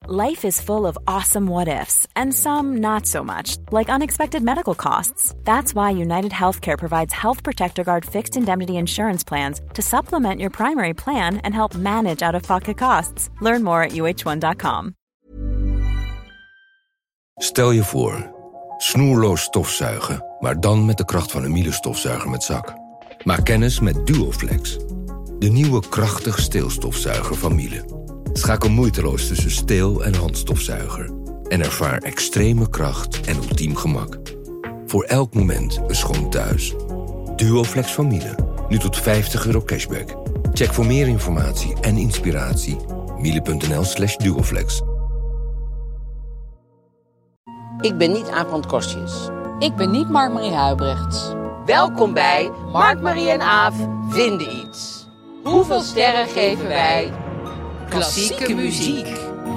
Life is full of awesome what-ifs, and some not so much, like unexpected medical costs. That's why United Healthcare provides Health Protector Guard fixed indemnity insurance plans to supplement your primary plan and help manage out-of-pocket costs. Learn more at uh1.com. Stel je voor, snoerloos stofzuigen, maar dan met de kracht van een Miele stofzuiger met zak. Maak kennis met Duoflex, de nieuwe krachtig steelstofzuiger van Miele. Schakel moeiteloos tussen steel- en handstofzuiger en ervaar extreme kracht en ultiem gemak. Voor elk moment een schoon thuis. Duoflex van Miele, nu tot €50 cashback. Check voor meer informatie en inspiratie miele.nl/duoflex. Ik ben niet Aaf van het Kostjes. Ik ben niet Mark-Marie Huibrechts. Welkom bij Mark, Marie en Aaf vinden iets. Hoeveel sterren geven wij klassieke muziek?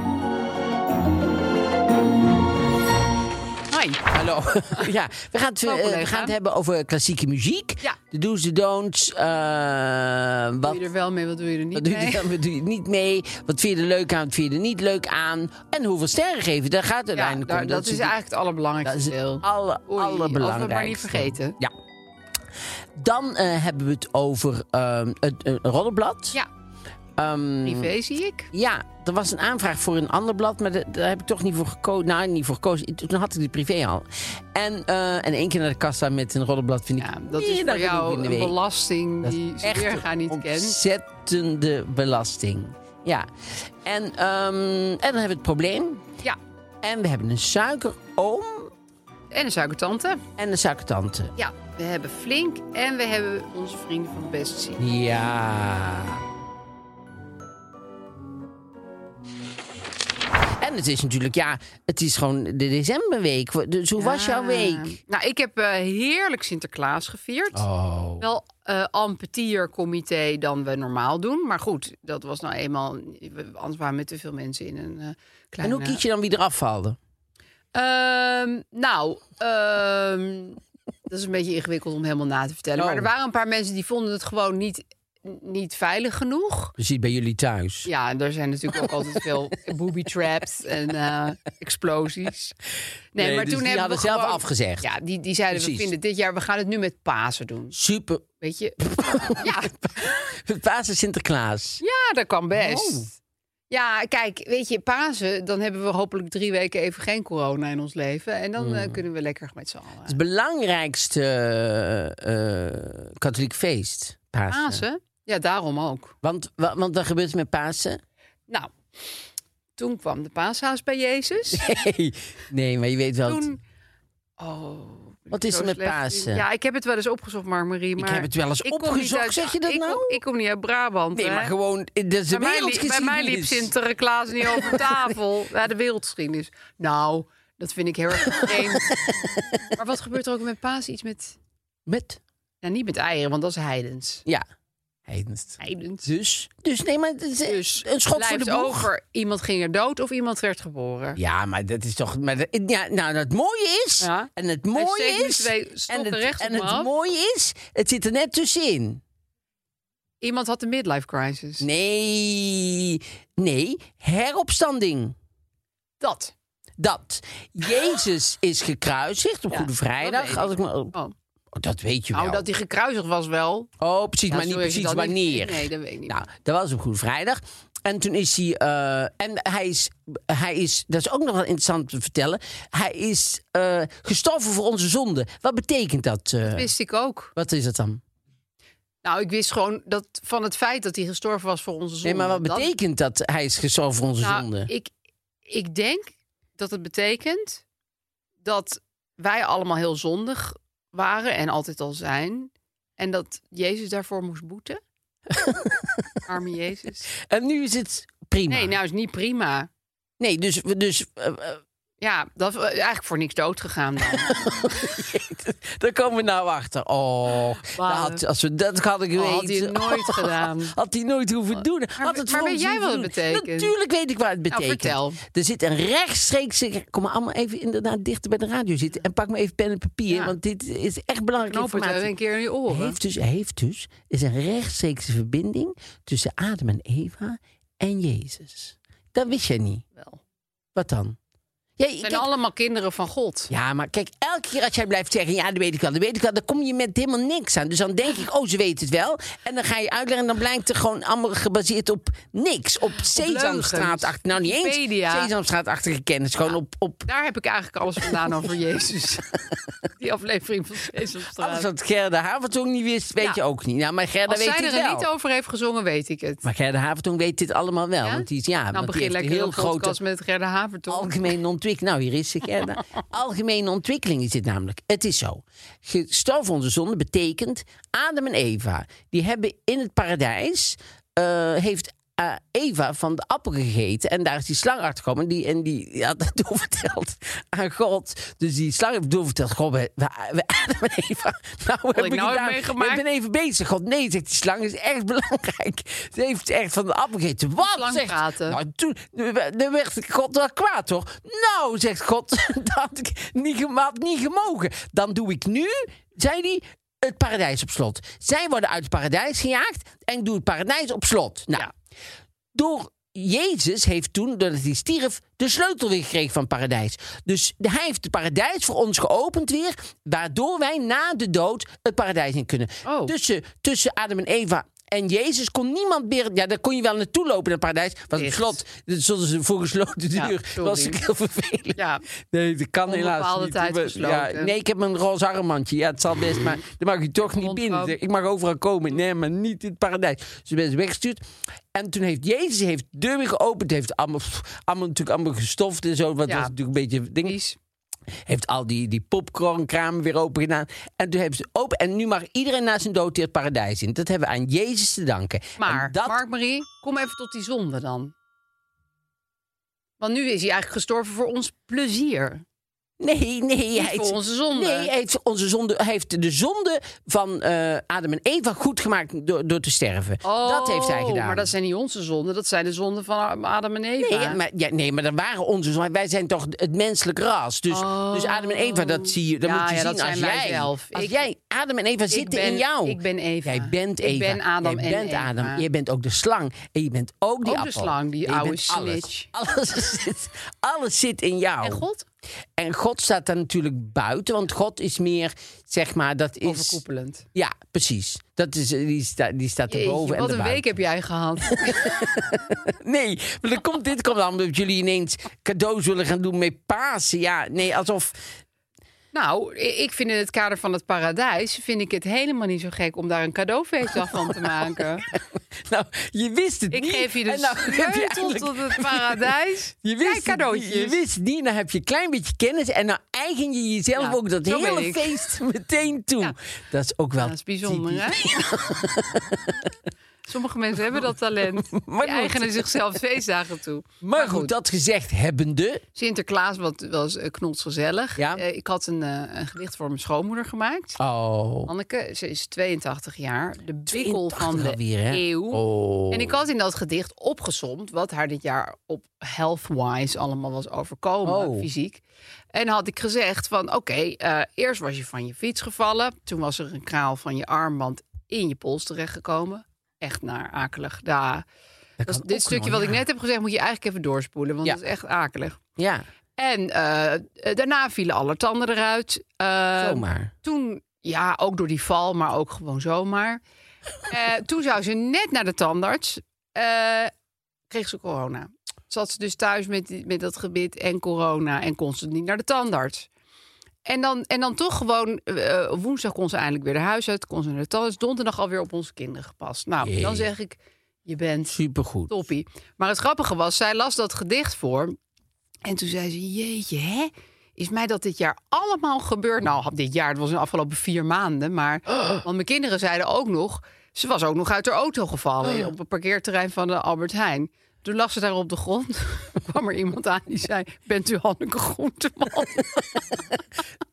Hoi. Hallo. Ja, we gaan het hebben over klassieke muziek. Ja. De do's, de don'ts. Wat doe je er wel mee, wat doe je er niet Wat doe je mee? er, wat doe je er niet mee? Wat vind je er leuk aan, wat vind je er niet leuk aan? En hoeveel sterren geven, daar gaat het uiteindelijk om. Dat is eigenlijk het allerbelangrijkste dat is het deel. allerbelangrijkste. Als we het maar niet vergeten. Ja. Dan hebben we het over het roddelblad. Ja, privé zie ik. Ja, er was een aanvraag voor een ander blad, maar daar heb ik toch niet voor gekozen. Nou, niet voor gekozen. Toen had ik die privé al. En 1 keer naar de kassa met een roddelblad vind ik... Ja, dat is voor jou een belasting die ze weer gaan niet kennen. Ontzettende belasting. Ja. En dan hebben we het probleem. Ja. En we hebben een suikeroom. En een suikertante. En een suikertante. Ja, we hebben Flink en we hebben onze vrienden van Best Zien. Ja. En het is natuurlijk, het is gewoon de decemberweek. Dus hoe was jouw week? Nou, ik heb heerlijk Sinterklaas gevierd. Oh. Wel en petiter comité dan we normaal doen. Maar goed, dat was nou eenmaal... Anders waren we met te veel mensen in een kleine... En hoe kies je dan wie eraf valde? Dat is een beetje ingewikkeld om helemaal na te vertellen. Oh. Maar er waren een paar mensen die vonden het gewoon niet veilig genoeg. Je ziet bij jullie thuis. Ja, en er zijn natuurlijk ook altijd veel booby traps en explosies. Nee, maar dus toen die hebben hadden we zelf gewoon, afgezegd. Ja, die zeiden Precies. we vinden dit jaar, we gaan het nu met Pasen doen. Super. Weet je? Ja. Pasen Sinterklaas. Ja, dat kan best. Oh. Ja, kijk, weet je, Pasen, dan hebben we hopelijk 3 weken even geen corona in ons leven. En dan kunnen we lekker met z'n allen. Het is het belangrijkste katholiek feest. Pasen? Ja, daarom ook. Want wat gebeurt er met Pasen? Nou, toen kwam de paashaas bij Jezus. Nee, maar je weet wel... Wat is er met Pasen? Ja, ik heb het wel eens opgezocht, Mark-Marie. Maar Ik heb het wel eens opgezocht, zeg je dat nou? Ik kom niet uit Brabant. Nee, hè? maar gewoon... Dat is de Bij mij liep Sinterklaas niet over tafel. Ja, de wereldgeschiedenis. Nou, dat vind ik heel erg vreemd. Maar wat gebeurt er ook met Pasen? Iets met... Met? Ja, niet met eieren, want dat is heidens. Ja, heidens. Dus nee, maar het is Dus een schot voor de boeg. over, iemand ging er dood of iemand werd geboren. Ja, maar dat is toch... Maar het mooie is... Ja. En het mooie is... Het mooie is... Het zit er net tussenin. Iemand had een midlife crisis. Nee, heropstanding. Dat. Jezus is gekruisigd op Goede Vrijdag. Dat weet je wel. Nou, dat hij gekruisigd was wel. Oh, precies, Ja, maar niet precies wanneer. Nee, dat weet ik niet. Nou, dat was op Goede Vrijdag. En toen is hij... en hij is... Dat is ook nog wel interessant te vertellen. Hij is gestorven voor onze zonde. Wat betekent dat? Dat wist ik ook. Wat is het dan? Nou, ik wist gewoon dat van het feit dat hij gestorven was voor onze zonde. Nee, maar wat betekent dat hij is gestorven voor onze zonde? Ik denk dat het betekent dat wij allemaal heel zondig waren en altijd al zijn. En dat Jezus daarvoor moest boeten. Arme Jezus. En nu is het prima. Nee, nou is het niet prima. Nee, dus ja, dat is eigenlijk voor niks dood gegaan dan. Daar komen we nou achter. Oh, dat had ik weten. Had hij het nooit gedaan. Had hij nooit hoeven doen. Maar weet jij wat het betekent? Natuurlijk weet ik wat het betekent. Nou, vertel. Er zit een rechtstreekse... Kom maar allemaal even inderdaad dichter bij de radio zitten. En pak me even pen en papier. Ja. Want dit is echt belangrijke informatie. Het een keer in je oren. Heeft dus is een rechtstreekse verbinding tussen Adam en Eva en Jezus. Dat wist jij niet. Wel. Wat dan? Ja, Het zijn allemaal kinderen van God. Ja, maar kijk, elke keer als jij blijft zeggen... ja, dat weet ik wel, dan kom je met helemaal niks aan. Dus dan denk ik, ze weet het wel. En dan ga je uitleggen en dan blijkt er gewoon allemaal gebaseerd op niks. Op Sesamstraat. Nou, niet eens Sesamstraatachtige kennis. Gewoon op... Daar heb ik eigenlijk alles vandaan over Jezus. Die aflevering van Sesamstraat. Alles wat Gerda Havertong niet wist, weet je ook niet. Nou, maar Gerda als weet zij het er wel. een lied over heeft gezongen, weet ik het. Maar Gerda Havertong weet dit allemaal wel. Ja? Want die is, Nou, begin lekker heel groot met Gerda Havertong. Algemene ontwikkeling. Nou, hier is ze, Gerda. Algemene ontwikkeling is dit namelijk. Het is zo. Gestorven onze zonde betekent... Adam en Eva, die hebben in het paradijs... heeft Eva van de appel gegeten. En daar is die slang achter gekomen. En die had het doorverteld aan God. Dus die slang heeft doorverteld. God, we Adam en Eva. Nou, heb ik meegemaakt. Ik ben even bezig. God, nee, zegt die slang, is echt belangrijk. Ze heeft echt van de appel gegeten. Wat? Slang Zegt, praten. nou, toen werd God wel kwaad, hoor. Nou, zegt God, dat had ik niet gemogen. Dan doe ik nu, zei hij, het paradijs op slot. Zij worden uit het paradijs gejaagd en doe het paradijs op slot. Nou, door Jezus heeft toen, doordat hij stierf, de sleutel weer gekregen van het paradijs. Dus hij heeft het paradijs voor ons geopend weer, waardoor wij na de dood het paradijs in kunnen. Oh. Tussen Adam en Eva en Jezus kon niemand meer... Ja, daar kon je wel naartoe lopen naar het paradijs. Was het slot. Dat stonden ze voor gesloten deur. Dat was ook heel vervelend. Ja. Nee, dat kan helaas niet. Tijd gesloten. Ja, nee, ik heb een roze armbandje. Ja, het zal best, maar dan mag je toch niet binnen. Ik mag overal komen. Nee, maar niet in het paradijs. Dus ben ze weggestuurd. En toen heeft Jezus de deur weer geopend. Heeft allemaal gestoft en zo. Wat was natuurlijk een beetje ding. Heeft al die popcornkramen weer open gedaan. En toen hebben ze open. En nu mag iedereen na zijn dood weer het paradijs in. Dat hebben we aan Jezus te danken. Maar, Mark-Marie, kom even tot die zonde dan. Want nu is hij eigenlijk gestorven voor ons plezier. Nee. Hij voor onze zonde. Nee, hij heeft de zonde van Adam en Eva goed gemaakt door te sterven. Dat heeft hij gedaan. Maar dat zijn niet onze zonden. Dat zijn de zonden van Adam en Eva. Maar dat waren onze zonden. Wij zijn toch het menselijk ras. Dus Adam en Eva, dat zie je. Dat moet je zien dat als jij zelf. Als jij, Adam en Eva zitten in jou. Ik ben Eva. Jij bent Eva. Ik ben Adam jij bent Eva. Adam. Je bent ook de slang. En je bent ook die appel. de slang, die oude snitch. Alles zit in jou. En God? En God staat daar natuurlijk buiten, want God is meer, zeg maar, dat is... Overkoepelend. Ja, precies. Dat is, die staat erboven en wat een erbuiten. week heb jij gehad. Nee, maar dit komt dan omdat jullie ineens cadeaus willen gaan doen met Pasen. Ja, nee, alsof... Nou, ik vind in het kader van het paradijs... vind ik het helemaal niet zo gek om daar een cadeaufeestdag van te maken. Nou, je wist het niet. Ik geef je de sleutel tot het paradijs. Je wist cadeautjes. Je wist het niet, dan heb je een klein beetje kennis... en dan eigen je jezelf ook dat hele feest meteen toe. Ja. Dat is ook wel... Dat is bijzonder, typisch. Hè? Sommige mensen hebben dat talent. Die eigenen zichzelf feestdagen toe. Maar goed, dat gezegd hebbende... Sinterklaas was knotsgezellig. Ja? Ik had een gedicht voor mijn schoonmoeder gemaakt. Oh. Anneke, ze is 82 jaar. De bikkel van de alweer, eeuw. Oh. En ik had in dat gedicht opgesomd... wat haar dit jaar op health-wise allemaal was overkomen, fysiek. En had ik gezegd van, oké, eerst was je van je fiets gevallen. Toen was er een kraal van je armband in je pols terechtgekomen. Echt naar akelig. Dit stukje wat ik net heb gezegd moet je eigenlijk even doorspoelen. Want dat is echt akelig. Ja. En daarna vielen alle tanden eruit. Zomaar. Toen, ook door die val, maar ook gewoon zomaar. Toen zou ze net naar de tandarts. Kreeg ze corona. Zat ze dus thuis met dat gebit en corona. En kon ze niet naar de tandarts. En dan toch gewoon, woensdag kon ze eindelijk weer de huis uit. Kon ze naar de tandarts. Donderdag alweer op onze kinderen gepast. Nou, dan zeg ik, je bent supergoed. Toppie. Maar het grappige was, zij las dat gedicht voor. En toen zei ze, jeetje, hè? Is mij dat dit jaar allemaal gebeurd? Nou, dit jaar, het was in de afgelopen 4 maanden. Maar, want mijn kinderen zeiden ook nog... Ze was ook nog uit haar auto gevallen op een parkeerterrein van de Albert Heijn. Toen lag ze daar op de grond. kwam er iemand aan die zei... Bent u Hanneke Groenteman?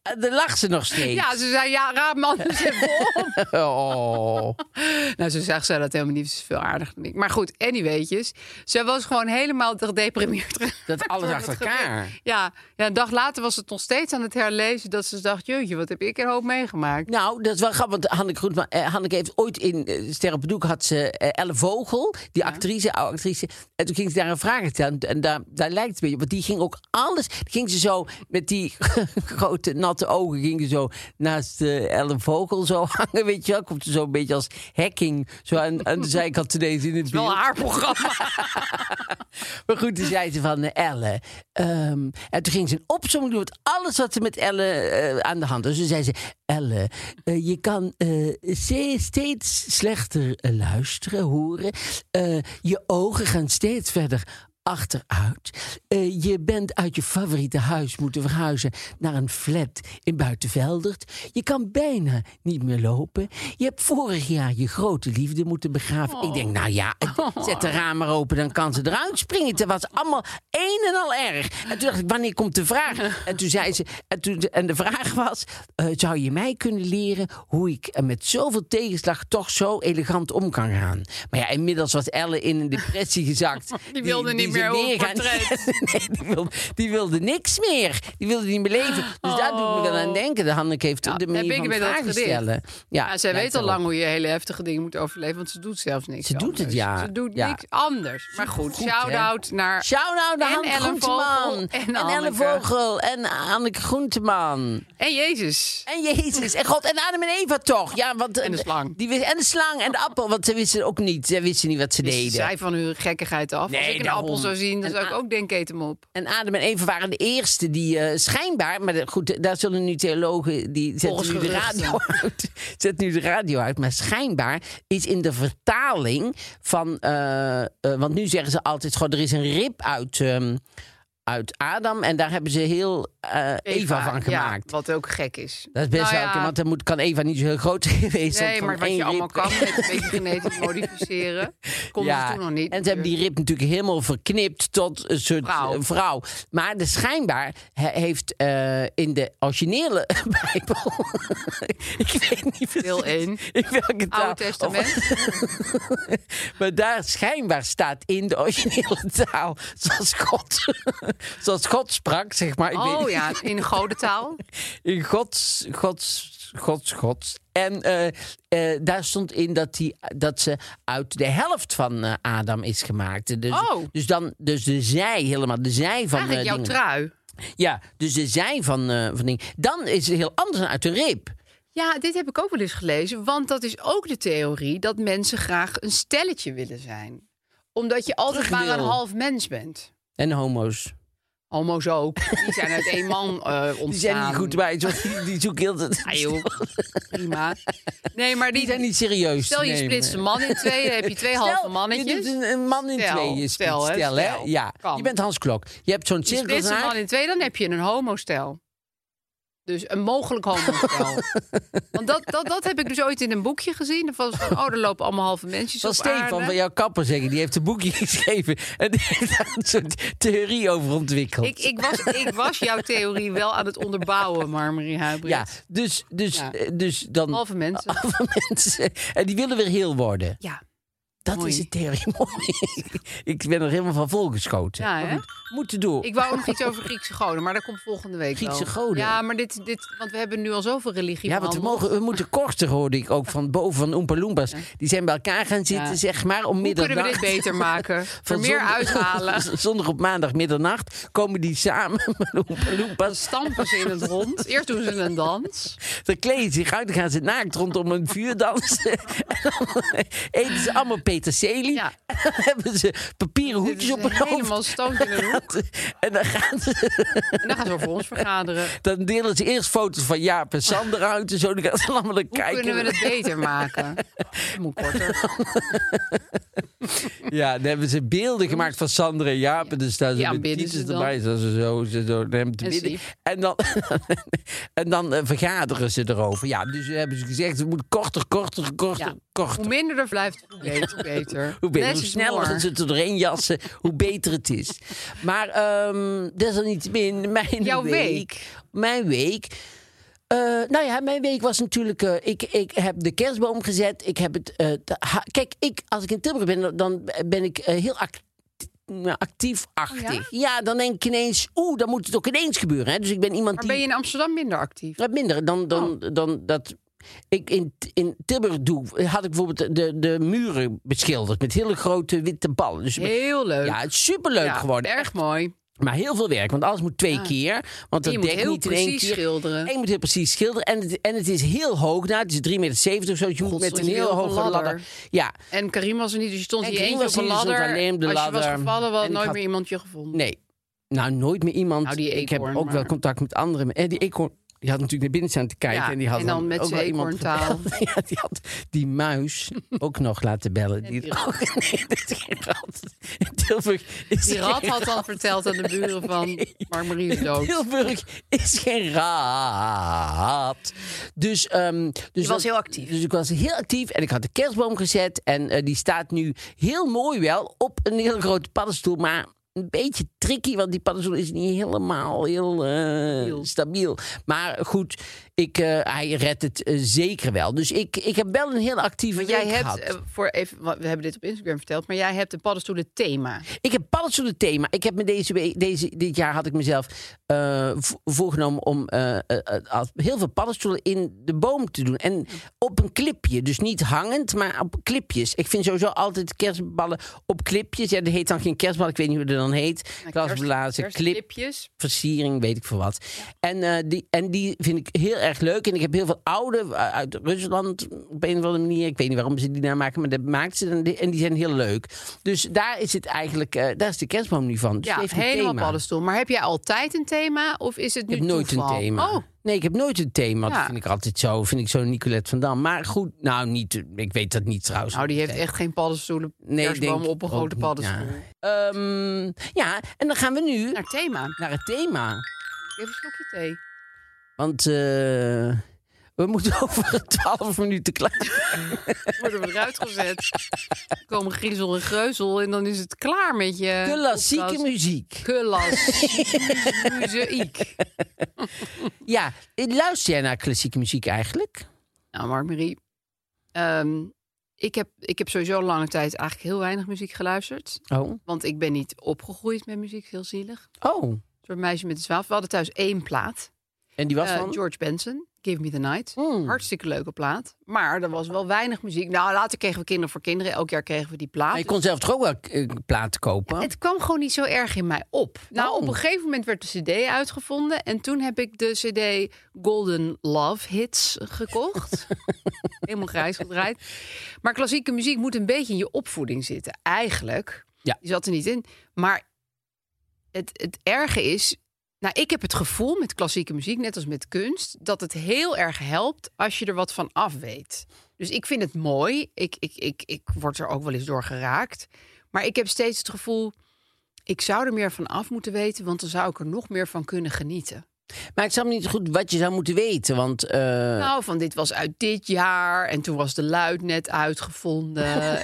Daar lag ze nog steeds. Ja, ze zei, ja, raad man eens even op. Oh. Nou, zo zegt ze dat helemaal niet. Ze is veel aardiger dan ik. Maar goed, anyways. Ze was gewoon helemaal gedeprimeerd. Dat alles door achter het elkaar. gedicht. Ja, een dag later was het nog steeds aan het herlezen... dat ze dacht, jeetje, wat heb ik een hoop meegemaakt. Nou, dat is wel grappig, want Hanneke heeft ooit in Ster op het Doek... had ze Elle Vogel, die actrice, oude actrice... en toen ging ze daar een vraag stellen. En daar lijkt het een beetje, want die ging ook alles... Die ging ze zo met die grote natte ogen... ging ze zo naast Elle Vogel zo hangen, weet je wel. Komt ze zo een beetje als hacking... zo aan de zijkant ineens in het beeld. Wel haar programma. Maar goed, toen zei ze van Elle. En toen ging ze een opzomming doen met alles wat ze met Elle aan de hand had. Dus toen zei ze, Elle, je kan steeds slechter luisteren, horen. Je ogen gaan steeds verder achteruit. Je bent uit je favoriete huis moeten verhuizen naar een flat in Buitenveldert. Je kan bijna niet meer lopen. Je hebt vorig jaar je grote liefde moeten begraven. Ik denk, nou ja, zet de raam maar open, dan kan ze eruit springen. Het was allemaal een en al erg. En toen dacht ik, wanneer komt de vraag? En toen zei ze, en de vraag was, zou je mij kunnen leren hoe ik met zoveel tegenslag toch zo elegant om kan gaan? Maar ja, inmiddels was Elle in een depressie gezakt. Die wilde niet meer over portret. Nee, die wilde niks meer. Die wilde niet meer leven. Dus daar doe ik me wel aan denken. De Hanneke heeft de manier van vragen stellen. Ja, zij weet al lang hoe je hele heftige dingen moet overleven. Want ze doet zelfs niks Ze doet het, ja. Ze doet niks anders. Maar goed, shout-out naar... Shout-out naar Hanneke Groenteman. En Elle Vogel. En Hanneke Groenteman. En Jezus. En Jezus. En God. En Adam en Eva toch. Ja, want, En de slang. En de slang en de appel. Want ze wisten ook niet. Ze wisten niet wat ze deden. Zij van hun gekkigheid af. Nee, Als ik een daarom. appel zou zien, dan zou ik ook denken, eet hem op. En Adam en Eva waren de eerste die schijnbaar... Maar goed, daar zullen nu theologen... die zetten nu de radio uit. Zetten nu de radio uit. Maar schijnbaar is in de vertaling van... want nu zeggen ze altijd... Goh, er is een rib uit Adam. En daar hebben ze heel Eva van gemaakt. Ja, wat ook gek is. Dat is best wel... Want dan kan Eva niet zo heel groot geweest zijn. Nee, maar wat je allemaal kan met een beetje genetisch modificeren... konden ze toen nog niet. En ze hebben die rib natuurlijk helemaal verknipt tot een soort vrouw. Maar de schijnbaar heeft in de originele Bijbel... ik weet niet Deel 1. In welke taal. Oude Testament. Maar daar schijnbaar staat in de originele taal... zoals God sprak, zeg maar. Ik weet niet. Ja, in godentaal. In Gods. En daar stond in dat ze uit de helft van Adam is gemaakt. Dus de zij helemaal, de zij van eigenlijk jouw dingen. trui. Ja, dus de zij van dingen. Dan is het heel anders dan uit de rib. Ja, dit heb ik ook wel eens gelezen. Want dat is ook de theorie dat mensen graag een stelletje willen zijn. Omdat je altijd maar een half mens bent. En homo's. Homo's ook. Die zijn uit één man ontstaan. Die zijn niet goed bij. Die zoeken heel het. Ah, joh. Prima. Nee, maar die zijn niet serieus. Stel je splitst een man in twee, dan heb je twee halve mannetjes. Je doet een man in twee. Stel, hè? Ja. Je bent Hans Klok. Je hebt zo'n cirkelzaak. Je splitst een man in twee, dan heb je een homostel. Dus een mogelijk homostel. Want dat heb ik dus ooit in een boekje gezien. Van, er lopen allemaal halve mensjes op aarde. Stefan van jouw kapper zeggen, die heeft een boekje geschreven. En die heeft daar een soort theorie over ontwikkeld. Ik was jouw theorie wel aan het onderbouwen, Marmarie Huibrecht. Ja, dus dan... Halve mensen. En die willen weer heel worden. Ja. Dat Mooi. is de theorie. Ik ben er helemaal van volgeschoten. Ja, hè? Moeten door. Ik wou ook nog iets over Griekse goden, maar dat komt volgende week Griekse wel. goden? Ja, maar dit, want we hebben nu al zoveel religie. Ja, want we moeten korter, hoorde ik ook van boven van Oompa Loompas. Die zijn bij elkaar gaan zitten, zeg maar, om middernacht. Hoe kunnen we dit beter maken? Voor meer uithalen. Zondag op maandag middernacht komen die samen met Oompa Loompas. Stampen ze in het rond. Eerst doen ze een dans. Dan kleden ze zich uit, dan gaan ze naakt rondom een vuur dansen. En dan eten ze allemaal peterselie. Ja. En dan hebben ze papieren hoedjes op hun hoofd. Helemaal stoot in een hoek. En dan gaan ze over ons vergaderen. Dan delen ze eerst foto's van Jaap en Sander uit. En zo, dan gaan ze allemaal naar kijken. Hoe kunnen we het beter maken? Het moet korter. Ja, dan hebben ze beelden gemaakt van Sander en Jaap. En dan staan ze met titels erbij. Zo bidden. En dan vergaderen ze erover. Ja, dus hebben ze gezegd, het moet korter. Hoe minder er blijft, hoe beter. Hoe sneller ze er doorheen jassen, hoe beter het is. Maar desalniettemin, mijn week. Nou ja, mijn week was natuurlijk... Ik heb de kerstboom gezet. Ik heb het... Kijk, als ik in Tilburg ben, dan ben ik heel actief-achtig. Ja, dan denk ik ineens... dan moet het ook ineens gebeuren. Hè? Dus ik ben iemand Maar ben je in Amsterdam minder actief? Wat minder dan dat... Ik in Tilburg had ik bijvoorbeeld de muren beschilderd... met hele grote witte ballen. Dus Heel leuk. Ja, het is superleuk geworden. Erg mooi. Maar heel veel werk, want alles moet 2 keer. Want dat je moet dekt heel niet in 1 precies keer. schilderen. En je moet heel precies schilderen. En het is heel hoog. Nou, het is 3,70 meter of zo. Dus je moet met een heel hoge ladder. Ja. En Karim was er niet, dus je stond En hier Karim eentje op was een er niet, ladder. stond alleen op de Als je was ladder. gevallen, had En nooit ik meer iemand je gevonden. Nee. Nou, nooit meer iemand. Nou, die ik heb eekhoorn, ook wel maar- contact met anderen. En die eekhoorn... Die had natuurlijk naar binnen staan te kijken. Ja, En die had en dan met ook zijn wel iemand eekhoorntaal. gebeld. Ja, die had die muis ook nog laten bellen. En die Nee, dat is geen rat. In Tilburg is Die er rat geen had dan verteld aan de buren van... Mark-Marie is dood. Tilburg is geen rat. Dus, Je was heel actief. Dus ik was heel actief en ik had de kerstboom gezet. En die staat nu heel mooi wel op een hele grote paddenstoel. Maar een beetje tricky, want die paddenstoel is niet helemaal heel stabiel. Maar goed, hij redt het zeker wel. Dus ik heb wel een heel actieve Want jij week hebt, gehad. we hebben dit op Instagram verteld... maar jij hebt een paddenstoelen thema. Ik heb paddenstoelen thema. Ik heb me dit jaar had ik mezelf voorgenomen om heel veel paddenstoelen in de boom te doen. En op een klipje. Dus niet hangend, maar op klipjes. Ik vind sowieso altijd kerstballen op klipjes. Ja, dat heet dan geen kerstbal. Ik weet niet hoe dat dan heet. Glasblazen, Kerstlipjes. versiering, weet ik veel wat. En die vind ik heel erg leuk. En ik heb heel veel oude uit Rusland op een of andere manier. Ik weet niet waarom ze die nou maken, maar dat maakt ze. En die zijn heel leuk. Dus daar is het eigenlijk, daar is de kerstboom nu van. Dus Ja, die heeft een helemaal thema. paddenstoel. Maar heb jij altijd een thema of is het nu Ik heb nooit toeval? een thema. Oh, Nee, ik heb nooit een thema. Ja. Dat vind ik altijd zo. Vind ik zo Nicolette van Dam. Maar goed, nou niet. Ik weet dat niet trouwens. nou die heeft echt geen paddenstoelen. Nee, Kerstboom denk op een ook grote niet, paddenstoel. ja. Ja, en dan gaan we nu Naar thema. naar het thema. Even een slokje thee. Want we moeten over 12 minuten klaar. Worden we eruit gezet. Er komen griezel en greuzel en dan is het klaar met je Klassieke podcast. muziek. Muziek. Ja, luister jij naar klassieke muziek eigenlijk? Nou, Mark-Marie. Ik heb sowieso lange tijd eigenlijk heel weinig muziek geluisterd. Oh. Want ik ben niet opgegroeid met muziek, heel zielig. Oh. Een soort meisje met de 12. We hadden thuis 1 plaat. En die was van? George Benson, Give Me The Night. Mm. Hartstikke leuke plaat. Maar er was wel weinig muziek. Nou, later kregen we Kinderen voor Kinderen. Elk jaar kregen we die plaat. Maar je kon zelf toch ook wel platen kopen? Het kwam gewoon niet zo erg in mij op. Nou, Oh. op een gegeven moment werd de cd uitgevonden. En toen heb ik de cd Golden Love Hits gekocht. Helemaal grijs gedraaid. Maar klassieke muziek moet een beetje in je opvoeding zitten. Eigenlijk. Ja. Die zat er niet in. Maar het erge is... Nou, ik heb het gevoel met klassieke muziek, net als met kunst... dat het heel erg helpt als je er wat van af weet. Dus ik vind het mooi. Ik word er ook wel eens door geraakt. Maar ik heb steeds het gevoel... ik zou er meer van af moeten weten... want dan zou ik er nog meer van kunnen genieten. Maar ik snap niet goed wat je zou moeten weten. Want Nou, van dit was uit dit jaar... en toen was de luid net uitgevonden.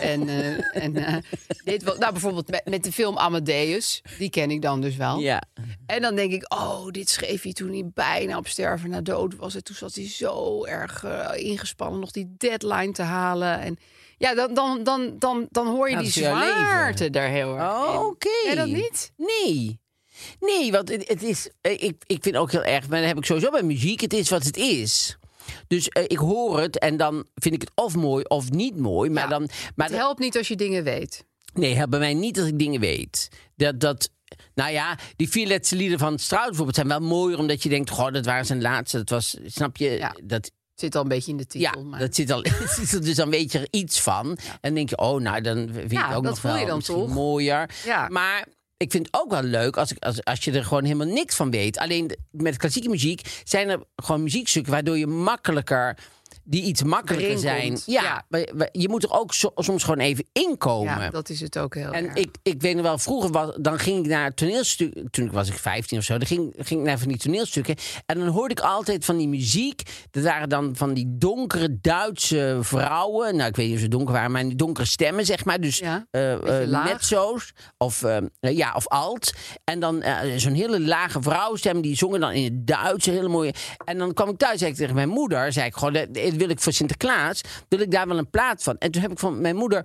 Dit was, nou, bijvoorbeeld met de film Amadeus. Die ken ik dan dus wel. ja. En dan denk ik, oh, dit schreef hij toen hij bijna op sterven na dood was. En toen zat hij zo erg ingespannen nog die deadline te halen. En ja, dan hoor je Ja, die dat is jouw zwaarte leven. daar heel erg in. Oké. Ken je dat niet? Nee, want het is... Ik vind ook heel erg... Maar dan heb ik sowieso bij muziek. Het is wat het is. Dus ik hoor het en dan vind ik het of mooi of niet mooi. Maar Ja, dan... Maar Het helpt niet als je dingen weet. Nee, helpt bij mij niet als ik dingen weet. Nou ja, die 4 laatste lieden van Strauss bijvoorbeeld zijn wel mooier... omdat je denkt, goh, dat waren zijn laatste. Dat was, snap je? Ja. Dat, Zit al een beetje in de ja, titel. Maar... dat zit al. Dus dan weet je er iets van. En dan denk je, oh, nou, dan vind Ja, ik ook dat nog voel je wel dan misschien toch? mooier. Ja. Maar ik vind het ook wel leuk als je er gewoon helemaal niks van weet. Alleen met klassieke muziek zijn er gewoon muziekstukken... waardoor je makkelijker die iets makkelijker Erin zijn. komt. Ja, Ja. maar je moet er ook soms gewoon even inkomen. Ja, dat is het ook heel En erg. ik weet nog wel, vroeger dan ging ik naar toneelstukken. Toen was ik 15 of zo. Dan ging ik naar van die toneelstukken. En dan hoorde ik altijd van die muziek. Dat waren dan van die donkere Duitse vrouwen. Nou, ik weet niet of ze donker waren, maar die donkere stemmen, zeg maar. Dus Ja, beetje laag. mezzo's of alt. En dan zo'n hele lage vrouwenstem. Die zongen dan in het Duits. Hele mooie. En dan kwam ik thuis, zei ik tegen mijn moeder. Zei ik gewoon, dit wil ik voor Sinterklaas. Wil ik daar wel een plaat van. En toen heb ik van mijn moeder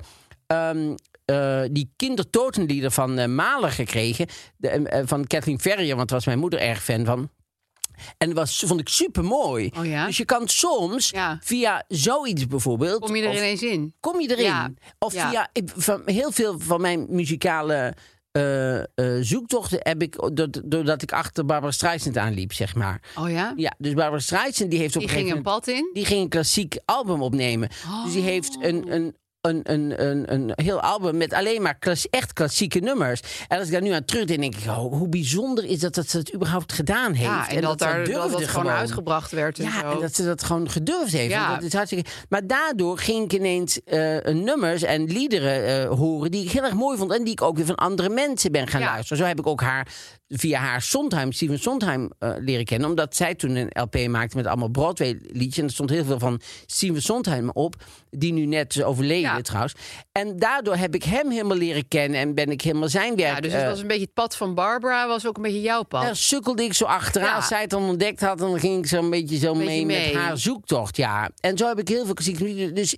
die kindertotenlieder van Mahler gekregen. Van Kathleen Ferrier, want daar was mijn moeder erg fan van. En dat vond ik super mooi. Oh ja? Dus je kan soms via zoiets bijvoorbeeld. Kom je er ineens in? Kom je erin? Ja. Of Ja. via heel veel van mijn muzikale zoektochten heb ik doordat ik achter Barbra Streisand aanliep, zeg maar. Oh ja? Ja, dus Barbra Streisand die heeft op Die een ging gegeven een moment- pad in? die ging een klassiek album opnemen. Dus die heeft een heel album met alleen maar echt klassieke nummers. En als ik daar nu aan terugdenk, denk ik, hoe bijzonder is dat ze het überhaupt gedaan heeft. Ja, en dat ze dat durfde gewoon uitgebracht werd en ja, zo. en dat ze dat gewoon gedurfd heeft. Ja. Dat is hartstikke... Maar daardoor ging ik ineens nummers en liederen horen die ik heel erg mooi vond. En die ik ook weer van andere mensen ben gaan luisteren. Zo heb ik ook via haar Sondheim, Steven Sondheim leren kennen. Omdat zij toen een LP maakte met allemaal Broadway liedjes. En er stond heel veel van Steven Sondheim op. Die nu net is overleden trouwens. En daardoor heb ik hem helemaal leren kennen. En ben ik helemaal zijn werk... Ja, dus het was een beetje het pad van Barbara, was ook een beetje jouw pad. Daar sukkelde ik zo achteraan. Ja. Als zij het dan ontdekt had, dan ging ik zo'n beetje zo mee met haar zoektocht. Ja. En zo heb ik heel veel klassieke muziek. Dus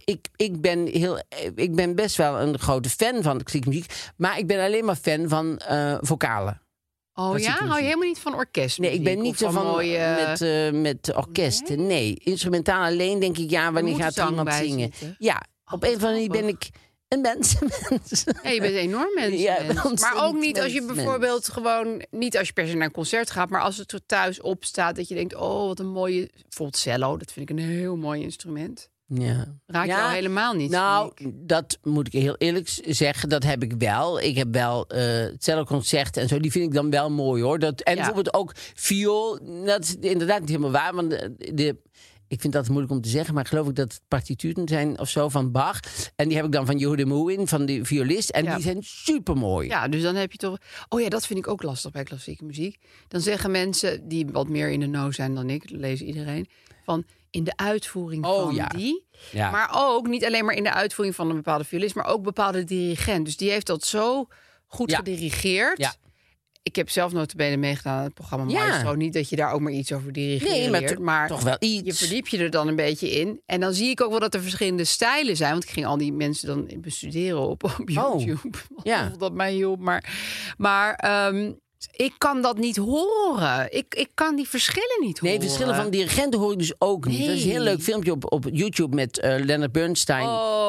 ik ben best wel een grote fan van klassieke muziek. Maar ik ben alleen maar fan van vocalen. Oh ja? Hou je helemaal niet van orkest? Nee, ik ben niet zo van mooie... met orkesten. Nee, instrumentaal alleen denk ik, wanneer gaat er iemand zingen? Ja, op een of andere manier ben ik een mensenmens. Ja, je bent een enorm mens. Ja, maar ook niet als je mens. bijvoorbeeld gewoon... Niet als je per se naar een concert gaat, maar als het er thuis op staat... dat je denkt, oh, wat een mooie... Bijvoorbeeld cello, dat vind ik een heel mooi instrument. Ja. Raak je al helemaal niet? Nou, dat moet ik heel eerlijk zeggen. Dat heb ik wel. Ik heb wel celloconcerten en zo. Die vind ik dan wel mooi, hoor. Bijvoorbeeld ook viool. Dat is inderdaad niet helemaal waar. Want ik vind dat moeilijk om te zeggen. Maar geloof ik dat het partituren zijn of zo van Bach. En die heb ik dan van Jehuda Menuhin, van de violist. En die zijn supermooi. Ja, dus dan heb je toch... Oh ja, dat vind ik ook lastig bij klassieke muziek. Dan zeggen mensen die wat meer in de know zijn dan ik, dat leest iedereen, van in de uitvoering van die. Ja. Maar ook niet alleen maar in de uitvoering van een bepaalde violist, maar ook bepaalde dirigent. Dus die heeft dat zo goed gedirigeerd. Ja. Ik heb zelf notabene meegedaan aan het programma Maestro. Niet dat je daar ook maar iets over dirigeren leert. Maar toch wel iets. Je verdiep je er dan een beetje in. En dan zie ik ook wel dat er verschillende stijlen zijn. Want ik ging al die mensen dan bestuderen op YouTube. Of dat mij hielp. Maar ik kan dat niet horen. Ik kan die verschillen niet horen. Nee, verschillen van dirigenten hoor ik dus ook niet. Dat is een heel leuk filmpje op YouTube met Leonard Bernstein.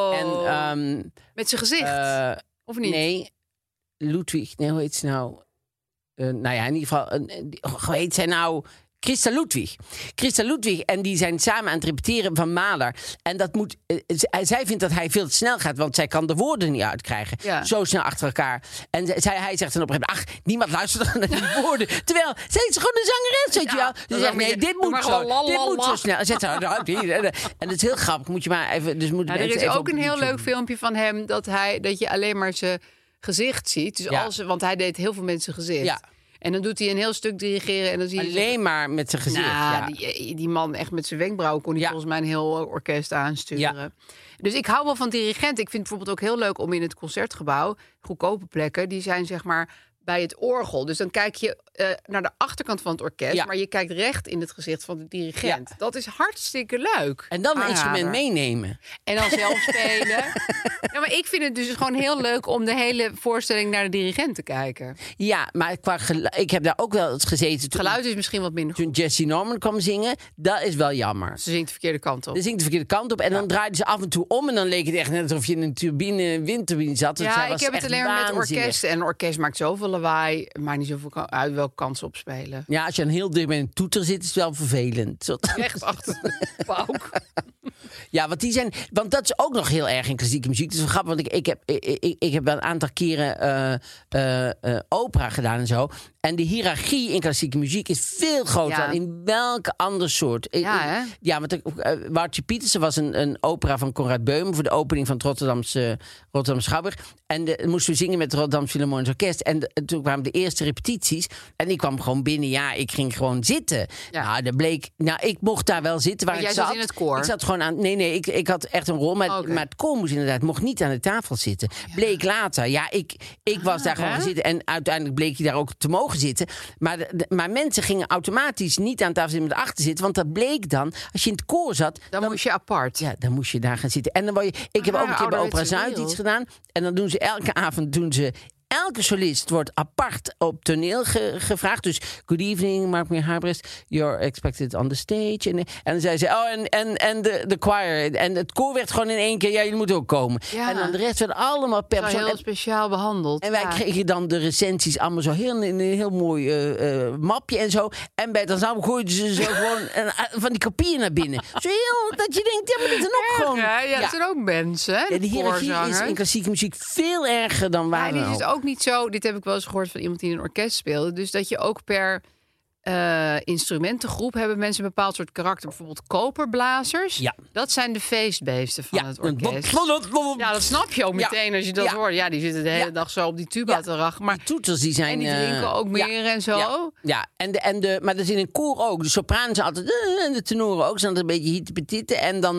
Met zijn gezicht? Of niet? Nee, Ludwig. Nee, hoe heet ze nou? Nou ja, in ieder geval, hoe heet zij nou? Christa Ludwig. En die zijn samen aan het repeteren van Mahler. En dat moet... zij vindt dat hij veel te snel gaat, want zij kan de woorden niet uitkrijgen. Ja. Zo snel achter elkaar. En hij zegt dan op een gegeven moment, niemand luistert naar die woorden. Terwijl, zij is gewoon een zangeres, weet je wel. Dus zegt, nee, dit moet zo snel. En zegt en dat is heel grappig. Moet je maar even... Dus er is ook een heel leuk filmpje van hem, dat je alleen maar zijn gezicht ziet. Dus want hij deed heel veel mensen gezicht. Ja. En dan doet hij een heel stuk dirigeren. En dan zie je alleen maar met zijn gezicht. Nou, die man echt met zijn wenkbrauwen kon hij volgens mij een heel orkest aansturen. Ja. Dus ik hou wel van dirigenten. Ik vind het bijvoorbeeld ook heel leuk om in het concertgebouw, goedkope plekken, die zijn zeg maar bij het orgel. Dus dan kijk je naar de achterkant van het orkest, maar je kijkt recht in het gezicht van de dirigent. Ja. Dat is hartstikke leuk. En dan een instrument meenemen. En dan zelf spelen. Ja, maar ik vind het dus gewoon heel leuk om de hele voorstelling naar de dirigent te kijken. Ja, maar ik heb daar ook wel eens gezeten. Het geluid is misschien wat minder goed. Toen Jessie Norman kwam zingen, dat is wel jammer. Ze zingt de verkeerde kant op. Ze zingt de verkeerde kant op en dan draaide ze af en toe om en dan leek het echt net alsof je in een windturbine zat. Ja, ik heb het alleen maar met orkest. En een orkest maakt zoveel lawaai, maakt niet zoveel uit welke kant ze opspelen. Ja, als je dan heel dicht bij een toeter zit, is het wel vervelend. Echt achter de pauw. Ja, want dat is ook nog heel erg in klassieke muziek. Het is wel grappig, want ik heb wel een aantal keren opera gedaan en zo. En de hiërarchie in klassieke muziek is veel groter Ja. dan in welke ander soort. Ja, hè? Ja, want Woutje Pietersen was een opera van Conrad Beumen voor de opening van het Rotterdamse Schouwburg. En moesten we zingen met het Rotterdamse Philharmonisch Orkest. En toen kwamen de eerste repetities. En ik kwam gewoon binnen. Ja, ik ging gewoon zitten. Ja. Nou, dat bleek. Nou, ik mocht daar wel zitten waar Maar ik jij zat. zat in het koor? Ik zat gewoon aan. Nee, ik had echt een rol. Maar, Oké. maar het koor moest inderdaad mocht niet aan de tafel zitten. Bleek later. Ja, ik was daar gewoon hè? gaan zitten. En uiteindelijk bleek je daar ook te mogen zitten. Maar mensen gingen automatisch niet aan tafel zitten met achter zitten. Want dat bleek dan, als je in het koor zat. Dan moest je apart. Ja, dan moest je daar gaan zitten. En dan word je. Ik heb ook een keer bij Opera ouderwetse Zuid wereld. iets gedaan. En dan doen ze elke avond. Elke solist wordt apart op toneel gevraagd. Dus, good evening, Mark Meerhabrecht. You're expected on the stage. En dan zei ze, en de choir. En het koor werd gewoon in één keer, ja, jullie moeten ook komen. Ja. En dan de rest werd allemaal per Zo persoon. heel speciaal behandeld. En wij kregen dan de recensies allemaal zo in een heel mooi mapje en zo. En bij het ensemble gooiden ze zo gewoon van die kopieën naar binnen. Zo heel, dat je denkt, ja, maar dit zijn ook gewoon. Ja, dat zijn ook mensen, hè? Ja, de hiërarchie is koorzangers. in klassieke muziek veel erger dan waar Ja, dan dit is ook. ook niet zo. Dit heb ik wel eens gehoord van iemand die in een orkest speelde. Dus dat je ook per instrumentengroep hebben mensen een bepaald soort karakter. Bijvoorbeeld koperblazers. Ja. Dat zijn de feestbeesten van het orkest. Ja, dat snap je ook meteen als je dat hoort. Ja, die zitten de hele dag zo op die tuba te rachen. Maar Toeters die zijn. en die drinken ook meer en zo. Ja. Maar dat is in een koor ook. De sopranen zijn altijd. En de tenoren ook. Zijn altijd een beetje hietepetite.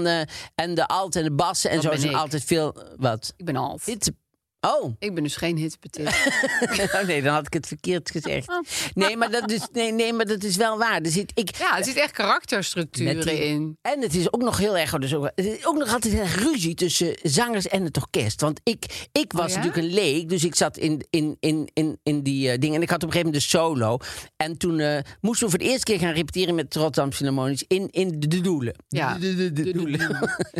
En de alt en de bassen en Dat zo ben zijn ik. altijd veel. Wat? Ik ben half. Oh. Ik ben dus geen hittepetit. Oh, nee, dan had ik het verkeerd gezegd. Nee, maar dat is wel waar. Er zit, Ja, er zit echt karakterstructuren in. En het is ook nog heel erg. Dus er is ook nog altijd heel erg ruzie tussen zangers en het orkest. Want ik was ja? natuurlijk een leek, dus ik zat in die dingen. En ik had op een gegeven moment de solo. En toen moesten we voor de eerste keer gaan repeteren met het Rotterdam Philharmonisch in de Doelen. Ja, de Doelen.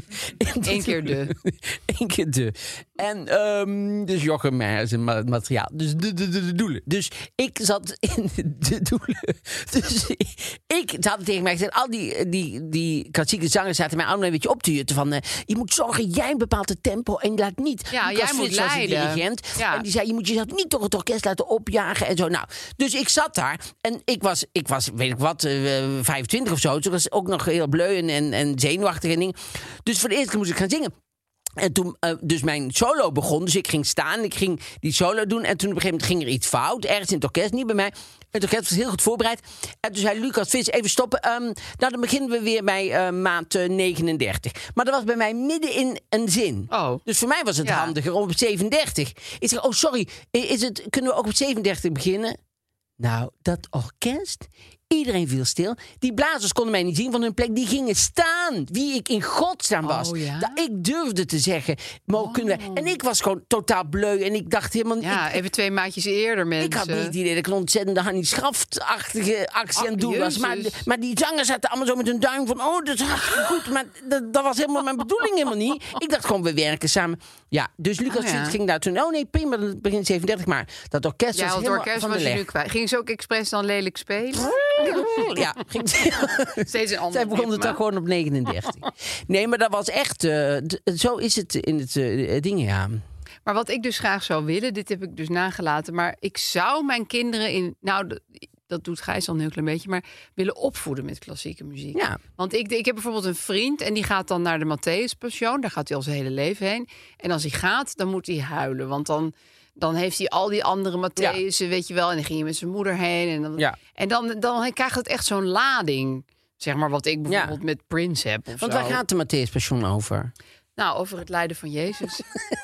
Eén keer de. Eén keer de. En dus Jochem Meijers en het materiaal. Dus de Doelen. Dus ik zat in de Doelen. Dus ze hadden tegen mij gezegd, al die klassieke zangers zaten mij allemaal een beetje op te jutten van je moet zorgen, jij bepaalt het tempo en laat niet. Ja, Lucas jij moet Frits was de leiden. dirigent. Ja. En die zei, je moet jezelf niet door het orkest laten opjagen en zo. Nou, dus ik zat daar en ik was weet ik wat, 25 of zo. Dus ik was ook nog heel bleu en zenuwachtig en ding. Dus voor de eerste keer moest ik gaan zingen. En toen dus mijn solo begon, dus ik ging staan, ik ging die solo doen. En toen op een gegeven moment ging er iets fout, ergens in het orkest, niet bij mij. Het orkest was heel goed voorbereid. En toen zei Lucas Vis, even stoppen. Nou, dan beginnen we weer bij maat 39. Maar dat was bij mij midden in een zin. Oh. Dus voor mij was het handiger om op 37. Ik zeg, oh sorry, kunnen we ook op 37 beginnen? Nou, dat orkest... Iedereen viel stil. Die blazers konden mij niet zien van hun plek. Die gingen staan. Wie ik in godsnaam was. Oh, ja? Dat ik durfde te zeggen. Kunnen wij... En ik was gewoon totaal bleu. En ik dacht helemaal... Ja, even 2 maatjes eerder, mensen. Ik had niet het idee dat ik een ontzettende Hannie Schaft-achtige actie aan het doen was. Maar die zangers zaten allemaal zo met hun duim van... Oh, dat is hartstikke goed. Maar dat was helemaal mijn bedoeling helemaal niet. Ik dacht gewoon, we werken samen. Ja, dus Lucas Frits ging daar toen... Oh nee, prima, dat begint 37. Maar dat orkest was het helemaal orkest van was de je leg. nu kwijt. Ging ze ook expres dan lelijk spelen? Ja, ging Steeds een ander zij begon het ritme. toch gewoon op 39. Nee, maar dat was echt... zo is het in het ding, ja. Maar wat ik dus graag zou willen, dit heb ik dus nagelaten... maar ik zou mijn kinderen in... Nou, dat doet Gijs al een heel klein beetje... maar willen opvoeden met klassieke muziek. Ja. Want ik heb bijvoorbeeld een vriend... en die gaat dan naar de Matthäus Passion. Daar gaat hij al zijn hele leven heen. En als hij gaat, dan moet hij huilen. Want dan heeft hij al die andere Matthäusen, weet je wel. En dan ging je met zijn moeder heen. En dan krijgt het echt zo'n lading. Zeg maar wat ik bijvoorbeeld met Prince heb. Of Want zo. waar gaat de Matthäus Passion over? Nou, over het lijden van Jezus.